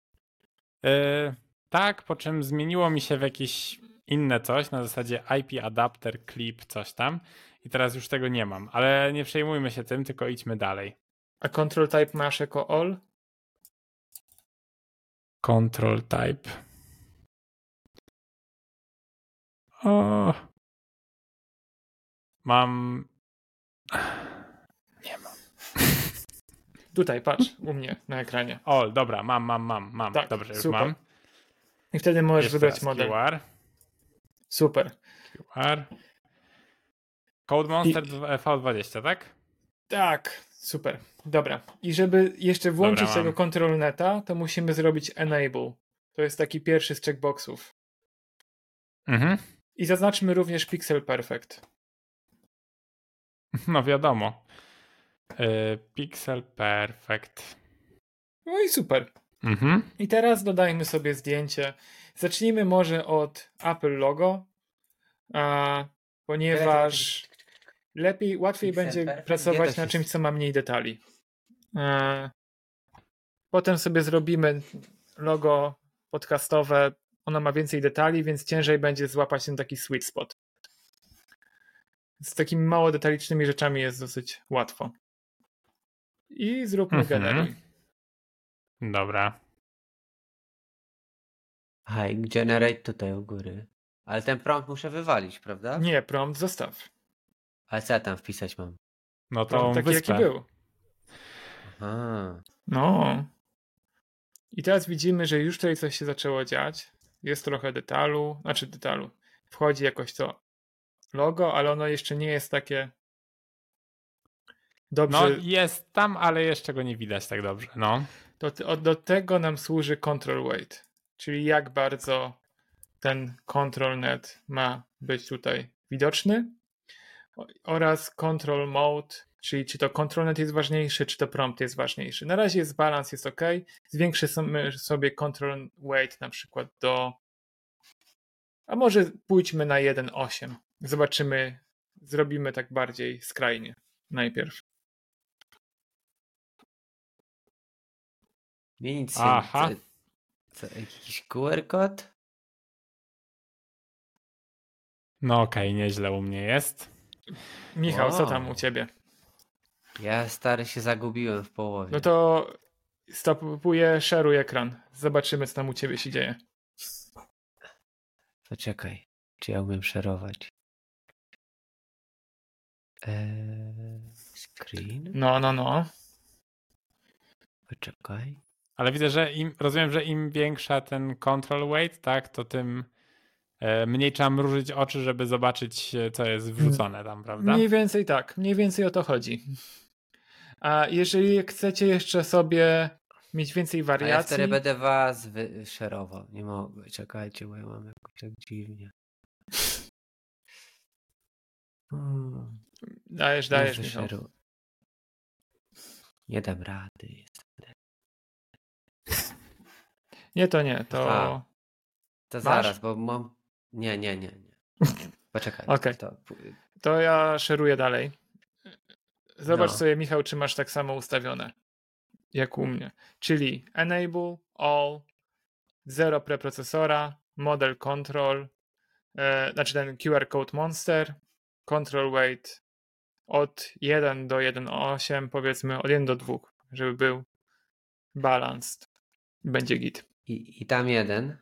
Tak, po czym zmieniło mi się w jakieś inne coś, na zasadzie IP adapter, clip, coś tam. I teraz już tego nie mam, ale nie przejmujmy się tym, tylko idźmy dalej. A control type masz jako all? Control type. O. Mam. Nie mam. Tutaj, patrz, u mnie na ekranie. O, dobra, mam. Tak, dobrze, już super. mam. I wtedy możesz Jeszcze wybrać raz model. QR. Super. QR. Code Monster V20, tak? Tak, super. Dobra. I żeby jeszcze włączyć Dobra, tego control neta, to musimy zrobić enable. To jest taki pierwszy z checkboxów. Mhm. I zaznaczmy również Pixel Perfect. No wiadomo. Pixel Perfect. No i super. Mhm. I teraz dodajmy sobie zdjęcie. Zacznijmy może od Apple logo, ponieważ łatwiej będzie pracować na czymś, co ma mniej detali. Potem sobie zrobimy logo podcastowe. Ono ma więcej detali, więc ciężej będzie złapać ten taki sweet spot. Z takimi mało detalicznymi rzeczami jest dosyć łatwo. I zróbmy generuj. Dobra. Hi, generate tutaj u góry. Ale ten prompt muszę wywalić, prawda? Nie, prompt zostaw. Ale co ja tam wpisać mam? No to Prompt taki, wyspę. jaki był. Aha. No. I teraz widzimy, że już tutaj coś się zaczęło dziać. Jest trochę detalu. Wchodzi jakoś to logo, ale ono jeszcze nie jest takie dobrze. No jest tam, ale jeszcze go nie widać tak dobrze. No. Do tego nam służy control weight, czyli jak bardzo ten control net ma być tutaj widoczny, oraz control mode, czyli czy to control net jest ważniejszy, czy to prompt jest ważniejszy. Na razie jest balans, jest ok. Zwiększymy sobie control weight na przykład a może pójdźmy na 1.8. Zobaczymy, zrobimy tak bardziej skrajnie najpierw. Nic. Aha. Co, jakiś QR kod? No okej, nieźle u mnie jest. Michał, co tam u ciebie? Ja stary się zagubiłem w połowie. No to stopuję, sharuj ekran. Zobaczymy, co tam u ciebie się dzieje. Poczekaj, czy ja umiem szerować? Screen? No. Poczekaj. Ale widzę, że rozumiem, że im większa ten control weight, tak, to tym mniej trzeba mrużyć oczy, żeby zobaczyć, co jest wrzucone tam, prawda? Mniej więcej tak. Mniej więcej o to chodzi. A jeżeli chcecie jeszcze sobie mieć więcej wariacji... A ja wtedy będę was szerował. Nie mogę. Czekajcie, bo ja mam jakoś tak dziwnie. Dajesz, Michał. Nie dam rady. Nie, to nie, to... To zaraz, bo mam... Nie. Poczekaj. Okej. To ja szeruję dalej. Zobacz sobie, Michał, czy masz tak samo ustawione jak u mnie. Czyli enable, all, zero preprocesora, model control, znaczy ten QR code monster, control weight od 1 do 1,8, powiedzmy od 1 do 2, żeby był balanced. Będzie git. I tam jeden.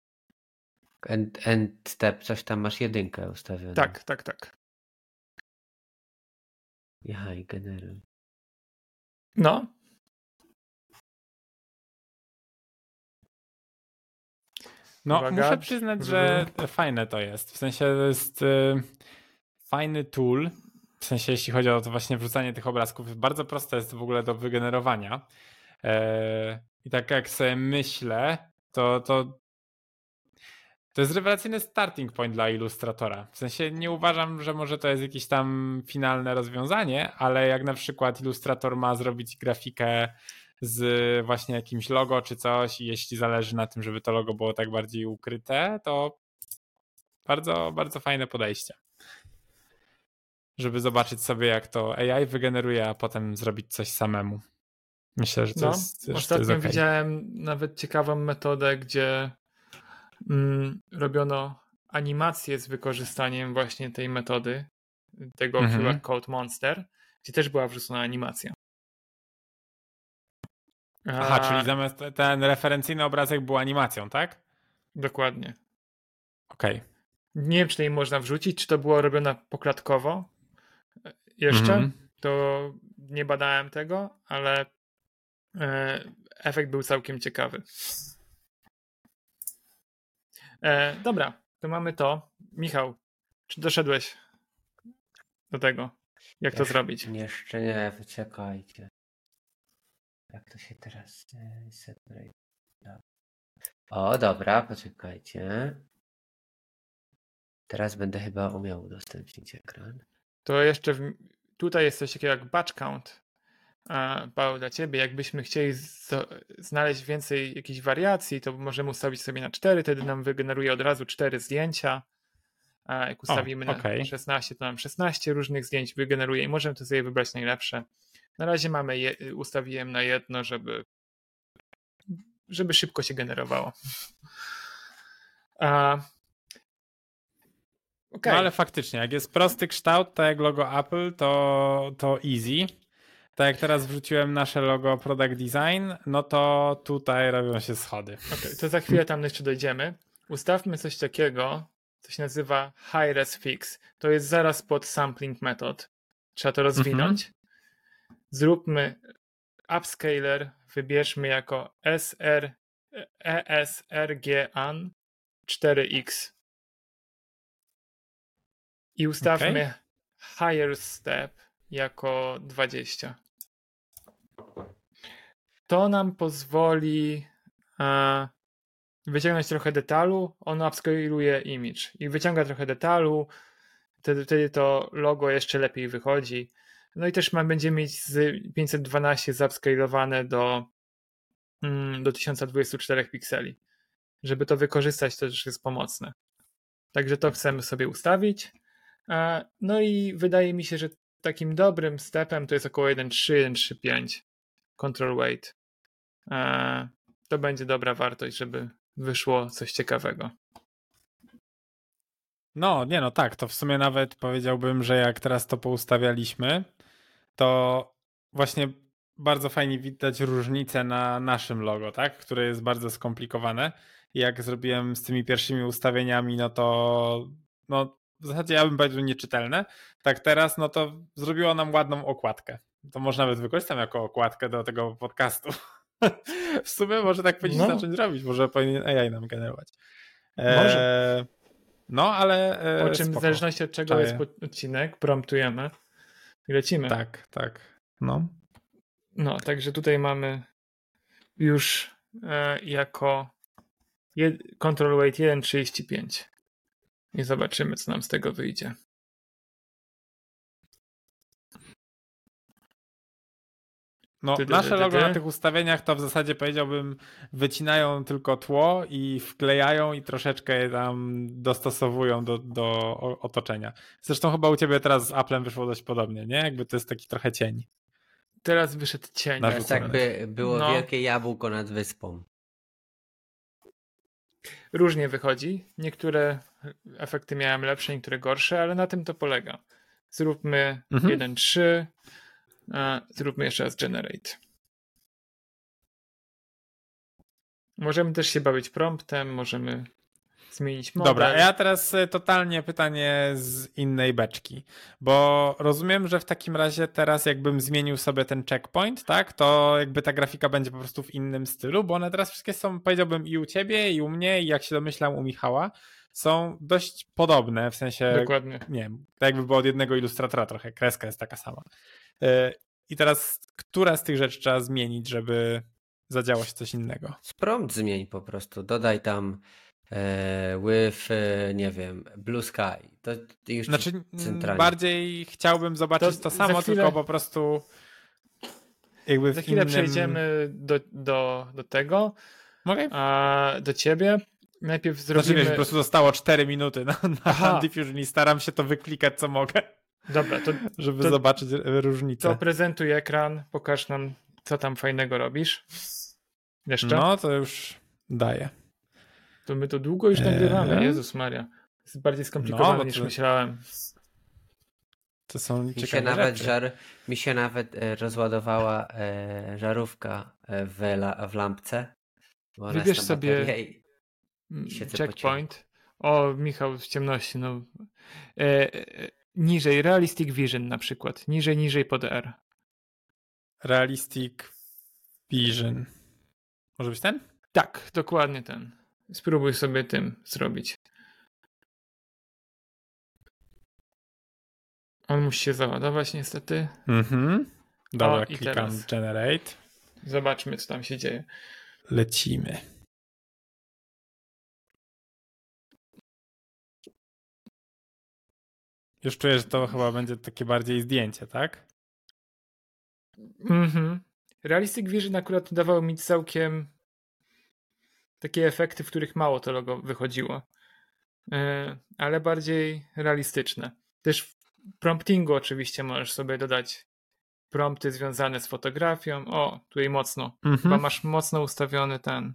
End step, coś tam masz jedynkę ustawioną. Tak. Ja, i generuj. No. No, muszę przyznać, że fajne to jest. W sensie to jest fajny tool. W sensie jeśli chodzi o to właśnie wrzucanie tych obrazków. Bardzo proste jest w ogóle do wygenerowania. I tak jak sobie myślę, to jest rewelacyjny starting point dla ilustratora. W sensie nie uważam, że może to jest jakieś tam finalne rozwiązanie, ale jak na przykład ilustrator ma zrobić grafikę z właśnie jakimś logo czy coś i jeśli zależy na tym, żeby to logo było tak bardziej ukryte, to bardzo, bardzo fajne podejście. Żeby zobaczyć sobie, jak to AI wygeneruje, a potem zrobić coś samemu. Myślę, że to jest ostatnio okay. Widziałem nawet ciekawą metodę, gdzie robiono animację z wykorzystaniem właśnie tej metody, tego QR Code Monster, gdzie też była wrzucona animacja. Aha, czyli zamiast ten referencyjny obrazek był animacją, tak? Dokładnie. Okej. Nie wiem, czy tej można wrzucić, czy to było robione poklatkowo jeszcze. To nie badałem tego, ale efekt był całkiem ciekawy. Dobra, to mamy to. Michał, czy doszedłeś do tego? Jak to zrobić? Jeszcze nie, czekajcie. Jak to się teraz separate? O, dobra, poczekajcie. Teraz będę chyba umiał udostępnić ekran. To jeszcze tutaj jest coś takiego jak batch count. Paweł, dla ciebie, jakbyśmy chcieli znaleźć więcej jakichś wariacji, to możemy ustawić sobie na 4, wtedy nam wygeneruje od razu 4 zdjęcia. A jak ustawimy na 16, to nam 16 różnych zdjęć wygeneruje i możemy to sobie wybrać najlepsze. Na razie ustawiłem na jedno, żeby szybko się generowało. No ale faktycznie, jak jest prosty kształt, tak jak logo Apple, to easy. Tak jak teraz wrzuciłem nasze logo Product Design, no to tutaj robią się schody. Okay, to za chwilę tam jeszcze dojdziemy. Ustawmy coś takiego, co się nazywa High Res Fix. To jest zaraz pod Sampling Method. Trzeba to rozwinąć. Zróbmy upscaler, wybierzmy jako ESRGAN 4X i ustawmy Higher Step jako 20. To nam pozwoli wyciągnąć trochę detalu. On upscaluje image i wyciąga trochę detalu. Wtedy to logo jeszcze lepiej wychodzi. No i też będziemy mieć z 512 zupscalowane do 1024 pikseli. Żeby to wykorzystać, to też jest pomocne. Także to chcemy sobie ustawić. No i wydaje mi się, że takim dobrym stepem to jest około 1.3, 1.3.5 control weight. To będzie dobra wartość, żeby wyszło coś ciekawego. No, tak, to w sumie nawet powiedziałbym, że jak teraz to poustawialiśmy, to właśnie bardzo fajnie widać różnicę na naszym logo, tak? Które jest bardzo skomplikowane. I jak zrobiłem z tymi pierwszymi ustawieniami, no to w zasadzie ja bym powiedział nieczytelne. Tak teraz, no to zrobiło nam ładną okładkę. To można nawet wykorzystać jako okładkę do tego podcastu. W sumie może tak powinniśmy zacząć robić. Może powinien AI nam generować. Może. No, ale po czym spoko. W zależności od czego jest odcinek, promptujemy i lecimy. Tak. No, także tutaj mamy już jako control weight 1.35 i zobaczymy, co nam z tego wyjdzie. No, nasze logo na tych ustawieniach to w zasadzie powiedziałbym wycinają tylko tło i wklejają i troszeczkę je tam dostosowują do otoczenia. Zresztą chyba u ciebie teraz z Applem wyszło dość podobnie, nie? Jakby to jest taki trochę cień. Teraz wyszedł cień. To jest jakby było wielkie jabłko nad wyspą. Różnie wychodzi. Niektóre efekty miałem lepsze, niektóre gorsze, ale na tym to polega. Zróbmy 1.3, zróbmy jeszcze raz generate. Możemy też się bawić promptem, możemy zmienić model. Dobra, ja teraz totalnie pytanie z innej beczki, bo rozumiem, że w takim razie teraz jakbym zmienił sobie ten checkpoint, tak, to jakby ta grafika będzie po prostu w innym stylu, bo one teraz wszystkie są, powiedziałbym, i u ciebie, i u mnie, i jak się domyślam u Michała, są dość podobne, w sensie, dokładnie. Nie wiem, tak jakby było od jednego ilustratora trochę, kreska jest taka sama. I teraz, która z tych rzeczy trzeba zmienić, żeby zadziało się coś innego? Prompt zmień po prostu, dodaj tam nie wiem, Blue Sky. To już znaczy, centralnie. bardziej chciałbym zobaczyć to samo, chwilę, tylko po prostu jakby za chwilę przejdziemy do tego. Okay. A do ciebie. Najpierw zrobimy... Znaczy, wiesz, po prostu zostało 4 minuty na Diffusion i staram się to wyklikać, co mogę. Dobra, żeby zobaczyć różnicę. To prezentuj ekran, pokaż nam, co tam fajnego robisz. Jeszcze? No, to już daję. To my to długo już nagrywamy, Jezus Maria. Jest bardziej skomplikowane niż myślałem. To są ciekawe rzeczy. Mi się nawet rozładowała żarówka w lampce. Wybierz sobie checkpoint. O, Michał w ciemności. No. Niżej, Realistic Vision na przykład. Niżej pod R. Realistic Vision. Może być ten? Tak, dokładnie ten. Spróbuj sobie tym zrobić. On musi się załadować niestety. Dobra, klikam Generate. Zobaczmy, co tam się dzieje. Lecimy. Już czuję, że to chyba będzie takie bardziej zdjęcie, tak? Realistic Vision akurat dawało mi całkiem takie efekty, w których mało to logo wychodziło. Ale bardziej realistyczne. Też w promptingu oczywiście możesz sobie dodać prompty związane z fotografią. O, tutaj mocno. Chyba masz mocno ustawiony ten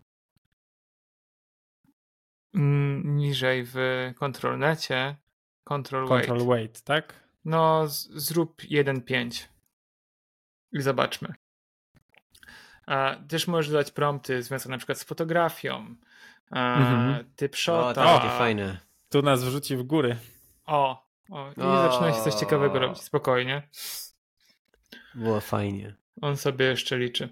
niżej w ControlNecie. Control Weight, tak? No, zrób 1.5 i zobaczmy. Też możesz dodać prompty związane na przykład z fotografią, typ shota. O, to takie fajne. Tu nas wrzuci w góry. I zaczyna się coś ciekawego robić. Spokojnie. Było fajnie. On sobie jeszcze liczy.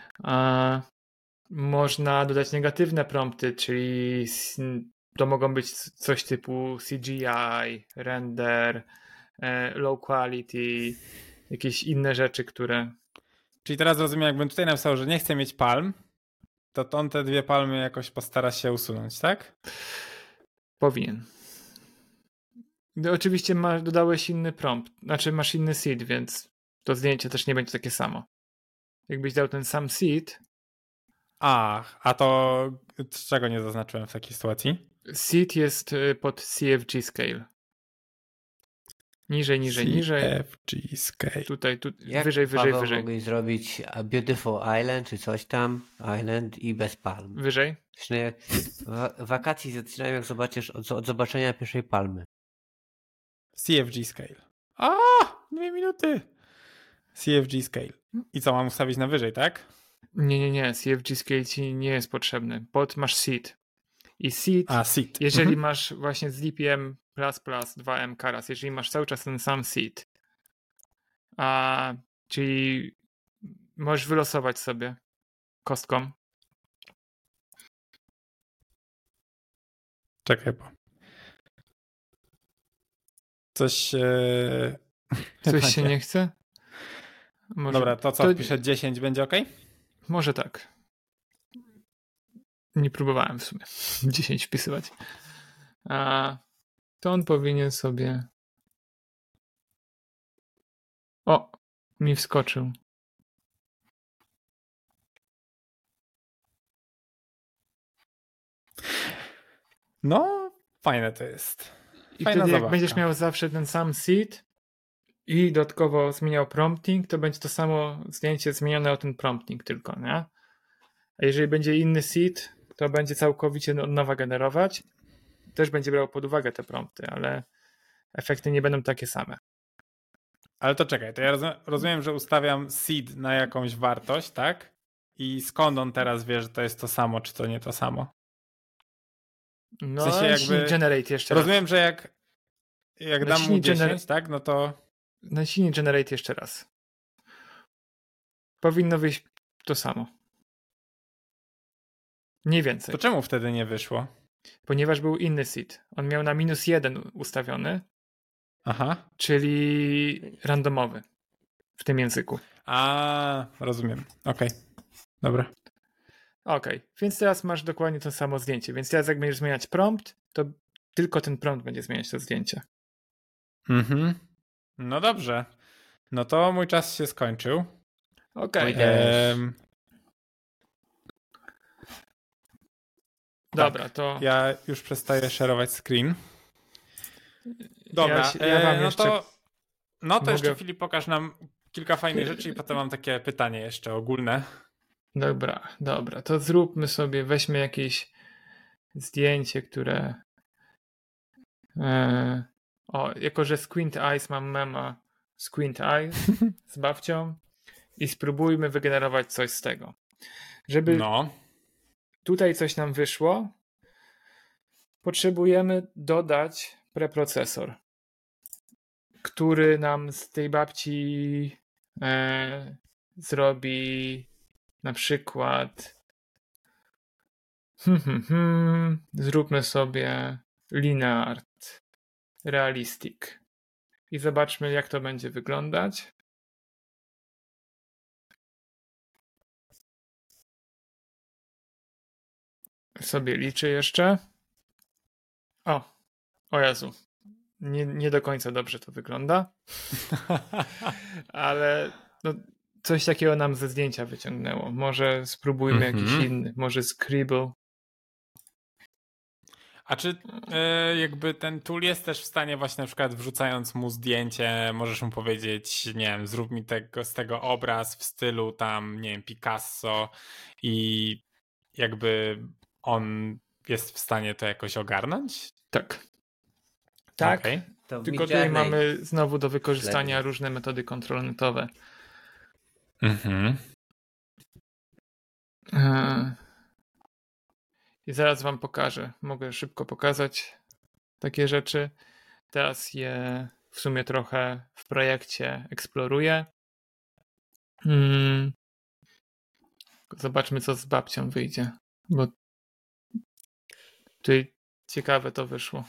Można dodać negatywne prompty, czyli to mogą być coś typu CGI, render, low quality, jakieś inne rzeczy, które... Czyli teraz rozumiem, jakbym tutaj napisał, że nie chcę mieć palm, to on te 2 palmy jakoś postara się usunąć, tak? Powinien. Oczywiście dodałeś inny prompt, znaczy masz inny seed, więc to zdjęcie też nie będzie takie samo. Jakbyś dał ten sam seed... A to czego nie zaznaczyłem w takiej sytuacji? Seed jest pod CFG scale. Niżej. CFG scale. Tutaj, jak wyżej. Mogłeś zrobić a Beautiful Island, czy coś tam, Island i bez palm. Wyżej. Wakacji zaczynają, jak zobaczysz, od zobaczenia pierwszej palmy. CFG scale. 2 minuty. CFG scale. I co, mam ustawić na wyżej, tak? Nie. CFG scale ci nie jest potrzebny. Masz seed. I seed, seed. Jeżeli masz właśnie z DPM++ 2M Keras, jeżeli masz cały czas ten sam seed, czyli możesz wylosować sobie kostką. Czekaj, bo coś się nie chce? Może... Dobra, to co, wpiszę 10, będzie ok? Może tak. Nie próbowałem w sumie 10 wpisywać. To on powinien sobie... O, mi wskoczył. No, fajne to jest. I Fajna wtedy jak zabawka. będziesz miał zawsze ten sam seed i dodatkowo zmieniał prompting, to będzie to samo zdjęcie zmienione o ten prompting tylko, nie? A jeżeli będzie inny seed, to będzie całkowicie od nowa generować. Też będzie brał pod uwagę te prompty, ale efekty nie będą takie same. Ale to czekaj, to ja rozumiem, że ustawiam seed na jakąś wartość, tak? I skąd on teraz wie, że to jest to samo, czy to nie to samo? No, W sensie jakby generate jeszcze raz. Rozumiem, że jak dam mu 10, tak, no to... Naciśnij generate jeszcze raz. Powinno wyjść to samo. Mniej więcej. To czemu wtedy nie wyszło? Ponieważ był inny seed. On miał na -1 ustawiony. Aha. Czyli randomowy w tym języku. Rozumiem. Okej. Dobra. Okej, więc teraz masz dokładnie to samo zdjęcie. Więc teraz jak będziesz zmieniać prompt, to tylko ten prompt będzie zmieniać to zdjęcie. Mhm. No dobrze. No to mój czas się skończył. Okej. Dobra, to... Ja już przestaję szerować screen. Dobra, ja wam no jeszcze... to mogę... jeszcze Filip pokaż nam kilka fajnych rzeczy i potem mam takie pytanie jeszcze ogólne. Dobra, to zróbmy sobie, weźmy jakieś zdjęcie, które... jako że Squint Eyes mam mema Squint Eyes z babcią i spróbujmy wygenerować coś z tego. Żeby tutaj coś nam wyszło, potrzebujemy dodać preprocesor, który nam z tej babci zrobi na przykład zróbmy sobie lineart realistic i zobaczmy, jak to będzie wyglądać. Sobie liczę jeszcze. O Jezu. Nie do końca dobrze to wygląda. Ale no, coś takiego nam ze zdjęcia wyciągnęło. Może spróbujmy jakiś inny. Może Scribble. A czy jakby ten tool jest też w stanie właśnie na przykład wrzucając mu zdjęcie, możesz mu powiedzieć, nie wiem, zrób mi z tego obraz w stylu tam, nie wiem, Picasso i jakby on jest w stanie to jakoś ogarnąć? Tak. Okay. Tylko tutaj mamy znowu do wykorzystania różne metody kontrolnetowe. I zaraz wam pokażę. Mogę szybko pokazać takie rzeczy. Teraz je w sumie trochę w projekcie eksploruję. Zobaczmy, co z babcią wyjdzie. Bo tutaj ciekawe to wyszło.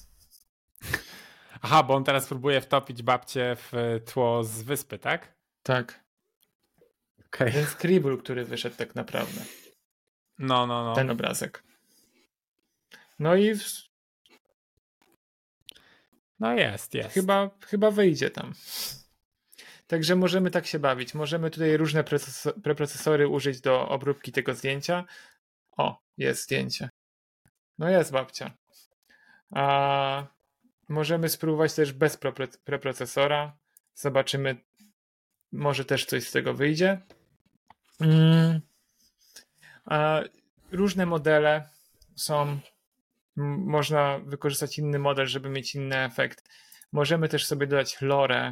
Aha, bo on teraz próbuje wtopić babcię w tło z wyspy, tak? Tak. Okay. Ten Scribble, który wyszedł tak naprawdę. No. Ten obrazek. No i jest. Chyba wyjdzie tam. Także możemy tak się bawić. Możemy tutaj różne preprocesory użyć do obróbki tego zdjęcia. O, jest zdjęcie. No jest babcia. A możemy spróbować też bez preprocesora. Zobaczymy. Może też coś z tego wyjdzie. A różne modele są. Można wykorzystać inny model, żeby mieć inny efekt. Możemy też sobie dodać lore.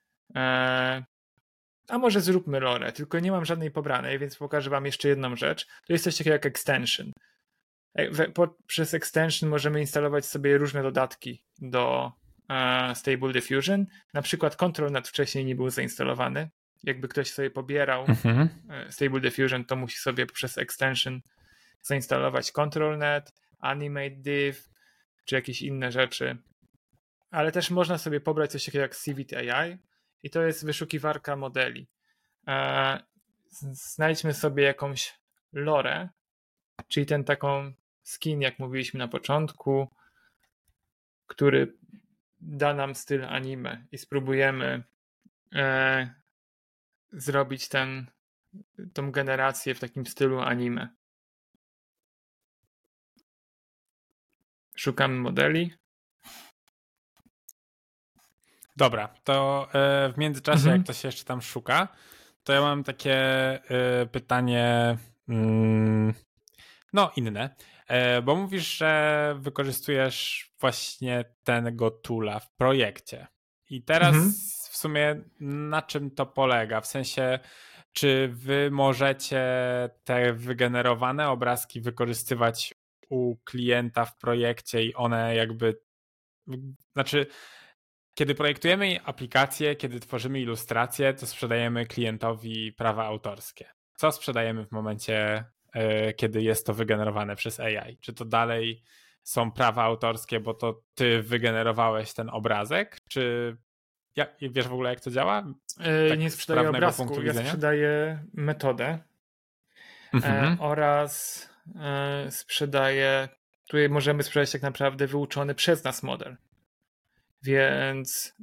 A może zróbmy lore, tylko nie mam żadnej pobranej, więc pokażę wam jeszcze jedną rzecz. To jest coś takiego jak extension. Przez extension możemy instalować sobie różne dodatki do Stable Diffusion. Na przykład ControlNet wcześniej nie był zainstalowany. Jakby ktoś sobie pobierał Stable Diffusion, to musi sobie przez extension zainstalować ControlNet, Animate Div, czy jakieś inne rzeczy. Ale też można sobie pobrać coś takiego jak Civit AI i to jest wyszukiwarka modeli. Znajdźmy sobie jakąś lore, czyli ten taką skin, jak mówiliśmy na początku, który da nam styl anime i spróbujemy zrobić tą generację w takim stylu anime. szukamy modeli. Dobra, to w międzyczasie, jak to się jeszcze tam szuka, to ja mam takie pytanie, inne, bo mówisz, że wykorzystujesz właśnie tego toola w projekcie. I teraz w sumie na czym to polega? W sensie, czy wy możecie te wygenerowane obrazki wykorzystywać u klienta w projekcie i one jakby, znaczy kiedy projektujemy aplikacje, kiedy tworzymy ilustracje, to sprzedajemy klientowi prawa autorskie. Co sprzedajemy w momencie, kiedy jest to wygenerowane przez AI? Czy to dalej są prawa autorskie, bo to ty wygenerowałeś ten obrazek? Czy wiesz w ogóle, jak to działa? Tak nie sprzedaję obrazku, ja sprzedaję metodę oraz sprzedaję, tutaj możemy sprzedać tak naprawdę wyuczony przez nas model. Więc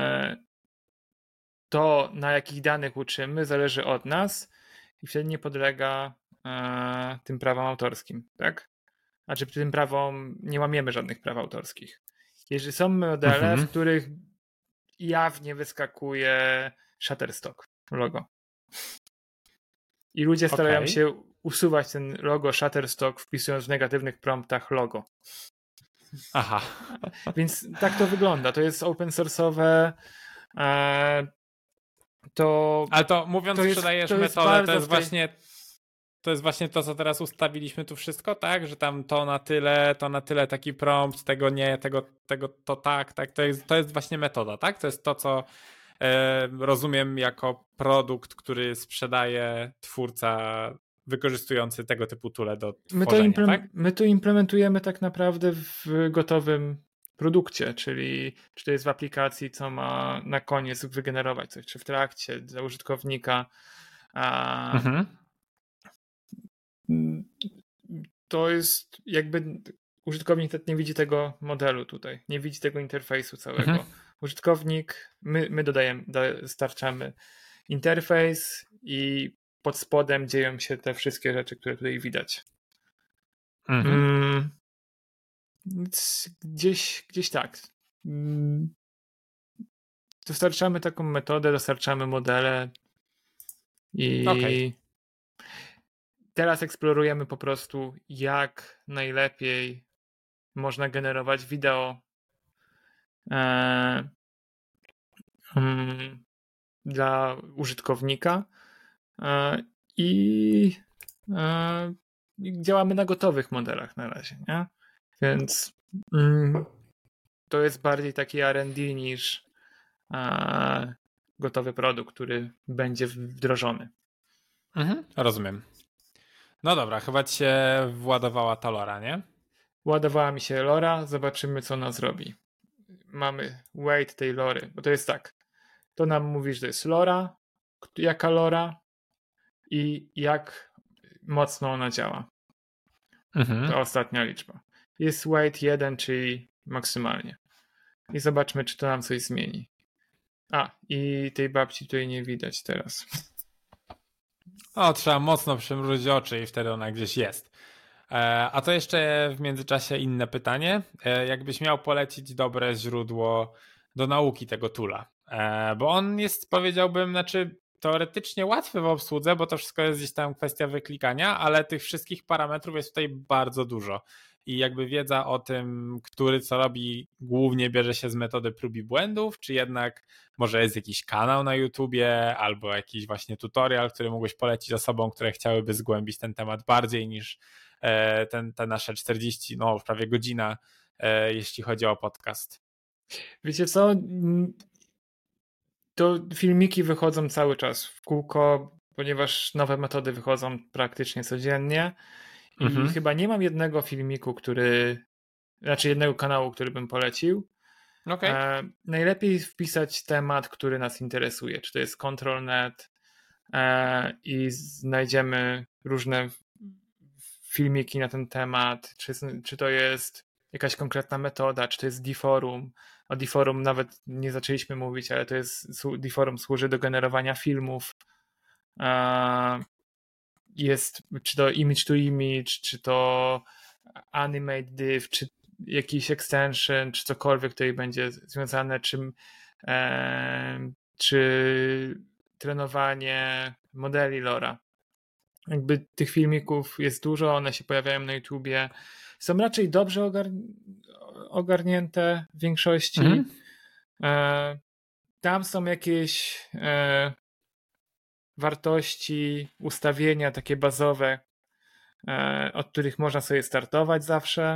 to, na jakich danych uczymy, zależy od nas i wtedy nie podlega tym prawom autorskim, tak? Znaczy tym prawom nie łamiemy żadnych praw autorskich. Jeżeli są modele, w których jawnie wyskakuje Shutterstock logo i ludzie starają się usuwać ten logo Shutterstock, wpisując w negatywnych promptach logo. Aha. Więc tak to wygląda. To jest open source'owe. Ale to mówiąc, sprzedajesz metodę, to jest właśnie to, co teraz ustawiliśmy tu wszystko, tak? Że tam to na tyle taki prompt, tego nie, tego to tak. To jest właśnie metoda, tak? To jest to, co rozumiem jako produkt, który sprzedaje twórca wykorzystujący tego typu toole do tworzenia, tak? My to implementujemy tak naprawdę w gotowym produkcie, czyli czy to jest w aplikacji, co ma na koniec wygenerować coś, czy w trakcie dla użytkownika. To jest jakby użytkownik nie widzi tego modelu tutaj, nie widzi tego interfejsu całego. Użytkownik, my dostarczamy interfejs i pod spodem dzieją się te wszystkie rzeczy, które tutaj widać. Gdzieś tak. Dostarczamy taką metodę, dostarczamy modele i teraz eksplorujemy po prostu, jak najlepiej można generować wideo dla użytkownika i działamy na gotowych modelach na razie, nie? Więc to jest bardziej taki R&D niż gotowy produkt, który będzie wdrożony. Rozumiem. No dobra, chyba ci się władowała ta Lora, nie? Ładowała mi się Lora, zobaczymy, co ona zrobi. Mamy weight tej Lory, bo to jest tak. To nam mówi, że to jest Lora, jaka Lora i jak mocno ona działa. To ostatnia liczba. Jest weight 1, czyli maksymalnie. I zobaczmy, czy to nam coś zmieni. I tej babci tutaj nie widać teraz. Trzeba mocno przymrużyć oczy i wtedy ona gdzieś jest. A to jeszcze w międzyczasie inne pytanie. Jakbyś miał polecić dobre źródło do nauki tego toola? Bo on jest, powiedziałbym, teoretycznie łatwy w obsłudze, bo to wszystko jest gdzieś tam kwestia wyklikania, ale tych wszystkich parametrów jest tutaj bardzo dużo. I jakby wiedza o tym, który co robi, głównie bierze się z metody prób i błędów, czy jednak może jest jakiś kanał na YouTubie albo jakiś właśnie tutorial, który mógłbyś polecić osobom, które chciałyby zgłębić ten temat bardziej niż te nasze 40, prawie godzina, jeśli chodzi o podcast. Wiecie co? To filmiki wychodzą cały czas w kółko, ponieważ nowe metody wychodzą praktycznie codziennie i chyba nie mam jednego filmiku, jednego kanału, który bym polecił. Najlepiej wpisać temat, który nas interesuje, czy to jest ControlNet i znajdziemy różne filmiki na ten temat, czy to jest jakaś konkretna metoda, czy to jest deforum. O deforum nawet nie zaczęliśmy mówić, ale to jest deforum służy do generowania filmów. Jest czy to image to image, czy to animate div, czy jakiś extension, czy cokolwiek tutaj będzie związane, czy trenowanie modeli Lora. Jakby tych filmików jest dużo, one się pojawiają na YouTubie. Są raczej dobrze ogarnięte w większości. Tam są jakieś wartości, ustawienia takie bazowe, od których można sobie startować zawsze.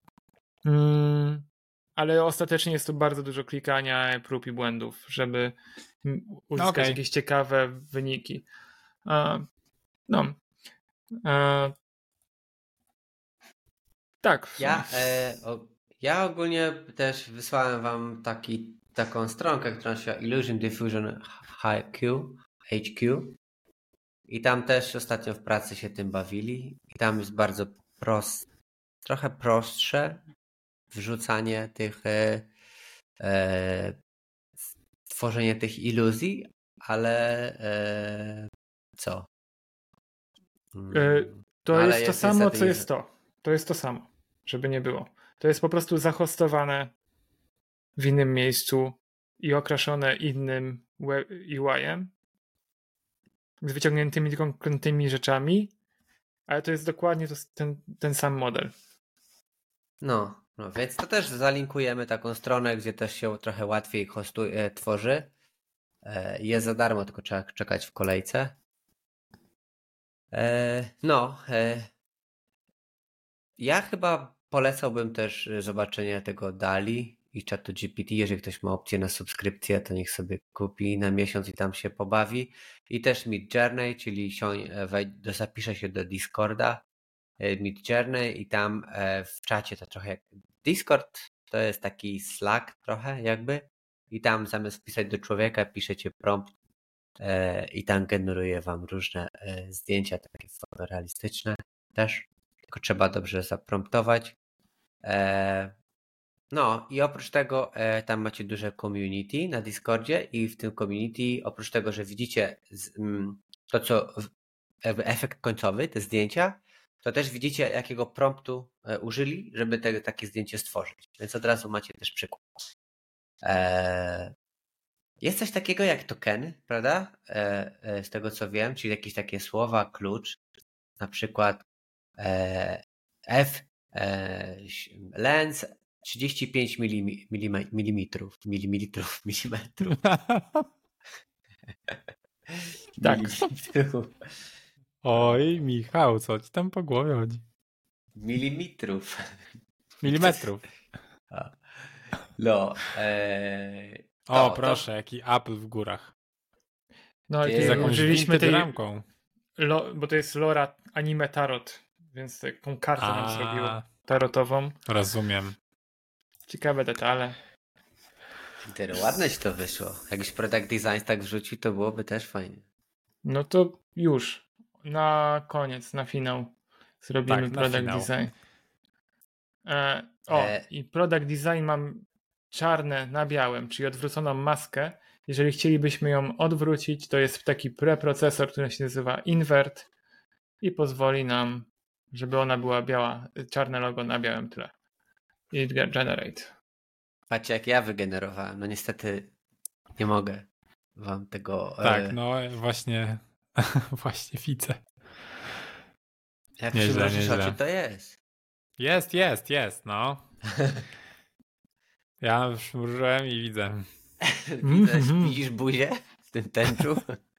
Ale ostatecznie jest to bardzo dużo klikania, prób i błędów, żeby uzyskać jakieś ciekawe wyniki. Tak. Ja ogólnie też wysłałem wam taką stronkę, która się Illusion Diffusion HQ. I tam też ostatnio w pracy się tym bawili. I tam jest bardzo trochę prostsze wrzucanie tych tworzenie tych iluzji, ale co? To ale jest to samo, co jest to. To jest to samo, żeby nie było. To jest po prostu zahostowane w innym miejscu i okraszone innym UI-em z wyciągniętymi konkretnymi rzeczami, ale to jest dokładnie ten sam model. No, więc to też zalinkujemy taką stronę, gdzie też się trochę łatwiej tworzy. Jest za darmo, tylko trzeba czekać w kolejce. Ja chyba polecałbym też zobaczenie tego DALL-E i ChatGPT. Jeżeli ktoś ma opcję na subskrypcję, to niech sobie kupi na miesiąc i tam się pobawi. I też Midjourney, czyli zapisze się do Discorda Midjourney i tam w czacie to trochę jak Discord, to jest taki Slack trochę jakby i tam zamiast wpisać do człowieka piszecie prompt i tam generuje wam różne zdjęcia takie fotorealistyczne też, tylko trzeba dobrze zapromptować. No i oprócz tego tam macie duże community na Discordzie i w tym community oprócz tego, że widzicie to co efekt końcowy, te zdjęcia, to też widzicie jakiego promptu użyli, żeby takie zdjęcie stworzyć. Więc od razu macie też przykład. Jest coś takiego jak tokeny, prawda? Z tego co wiem, czyli jakieś takie słowa, klucz, na przykład lens 35 milimetrów. Tak. Oj, Michał, co ci tam po głowie chodzi? Milimetrów. No. O, proszę, jaki Apple w górach. No i użyliśmy tej ramką. Bo to jest Lora Anime Tarot, więc taką kartę nam zrobiło tarotową. Rozumiem. Ciekawe detale. Ładne ci to wyszło. Jakiś product design tak wrzucił, to byłoby też fajnie. No to już. Na koniec, na finał zrobimy product design. I product design mam czarne na białym, czyli odwróconą maskę. Jeżeli chcielibyśmy ją odwrócić, to jest taki preprocesor, który się nazywa Invert i pozwoli nam, żeby ona była biała, czarne logo na białym tle. I generate. Patrzcie, jak ja wygenerowałem. No niestety nie mogę wam tego... Tak, no właśnie widzę. Jak przymrużysz oczy, to jest. Jest, no. Ja już mrużyłem i widzę. Widzisz buzię w tym tęczu?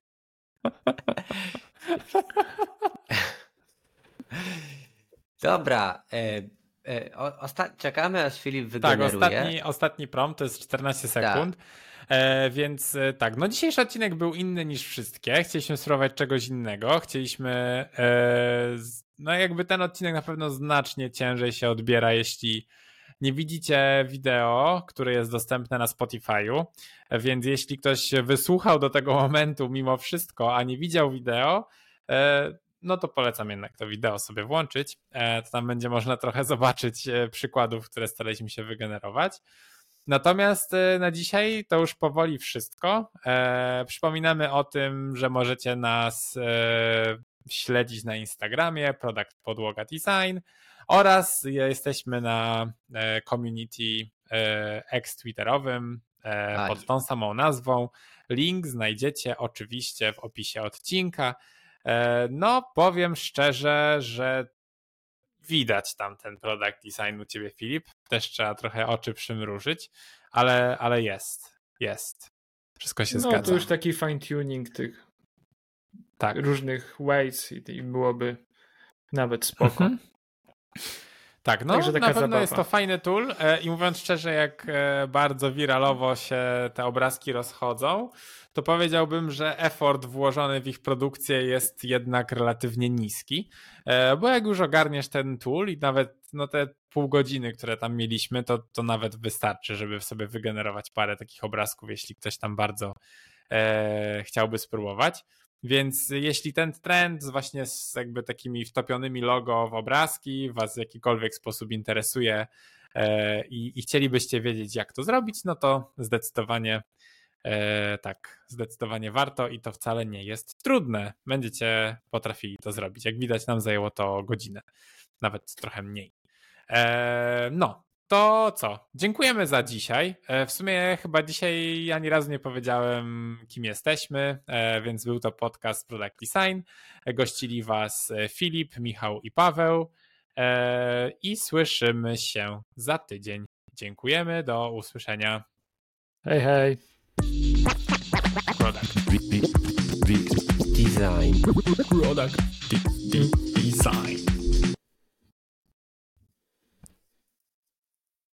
Dobra. Czekamy, aż Filip wygeneruje. Tak, ostatni prompt to jest 14 sekund. Więc tak, no dzisiejszy odcinek był inny niż wszystkie. Chcieliśmy spróbować czegoś innego. Chcieliśmy, no jakby ten odcinek na pewno znacznie ciężej się odbiera, jeśli nie widzicie wideo, które jest dostępne na Spotify'u, więc jeśli ktoś wysłuchał do tego momentu mimo wszystko, a nie widział wideo, no to polecam jednak to wideo sobie włączyć. To tam będzie można trochę zobaczyć przykładów, które staraliśmy się wygenerować. Natomiast na dzisiaj to już powoli wszystko. Przypominamy o tym, że możecie nas śledzić na Instagramie Product Podłoga Design oraz jesteśmy na community ex-twitterowym pod tą samą nazwą. Link znajdziecie oczywiście w opisie odcinka. No powiem szczerze, że widać tam ten product design u ciebie, Filip. Też trzeba trochę oczy przymrużyć, ale jest. Wszystko się zgadza. No to już taki fine tuning tych różnych ways i byłoby nawet spoko. Tak, no na pewno zabawa. Jest to fajny tool i mówiąc szczerze, jak bardzo wiralowo się te obrazki rozchodzą, to powiedziałbym, że effort włożony w ich produkcję jest jednak relatywnie niski, bo jak już ogarniesz ten tool i nawet te pół godziny, które tam mieliśmy, to nawet wystarczy, żeby sobie wygenerować parę takich obrazków, jeśli ktoś tam bardzo chciałby spróbować. Więc jeśli ten trend właśnie z jakby takimi wtopionymi logo w obrazki was w jakikolwiek sposób interesuje i chcielibyście wiedzieć, jak to zrobić, no to zdecydowanie warto i to wcale nie jest trudne. Będziecie potrafili to zrobić. Jak widać, nam zajęło to godzinę, nawet trochę mniej. No. To co? Dziękujemy za dzisiaj. W sumie chyba dzisiaj ani razu nie powiedziałem, kim jesteśmy, więc był to podcast Product Design. Gościli was Filip, Michał i Paweł i słyszymy się za tydzień. Dziękujemy, do usłyszenia. Hej. Product Design. Product Design.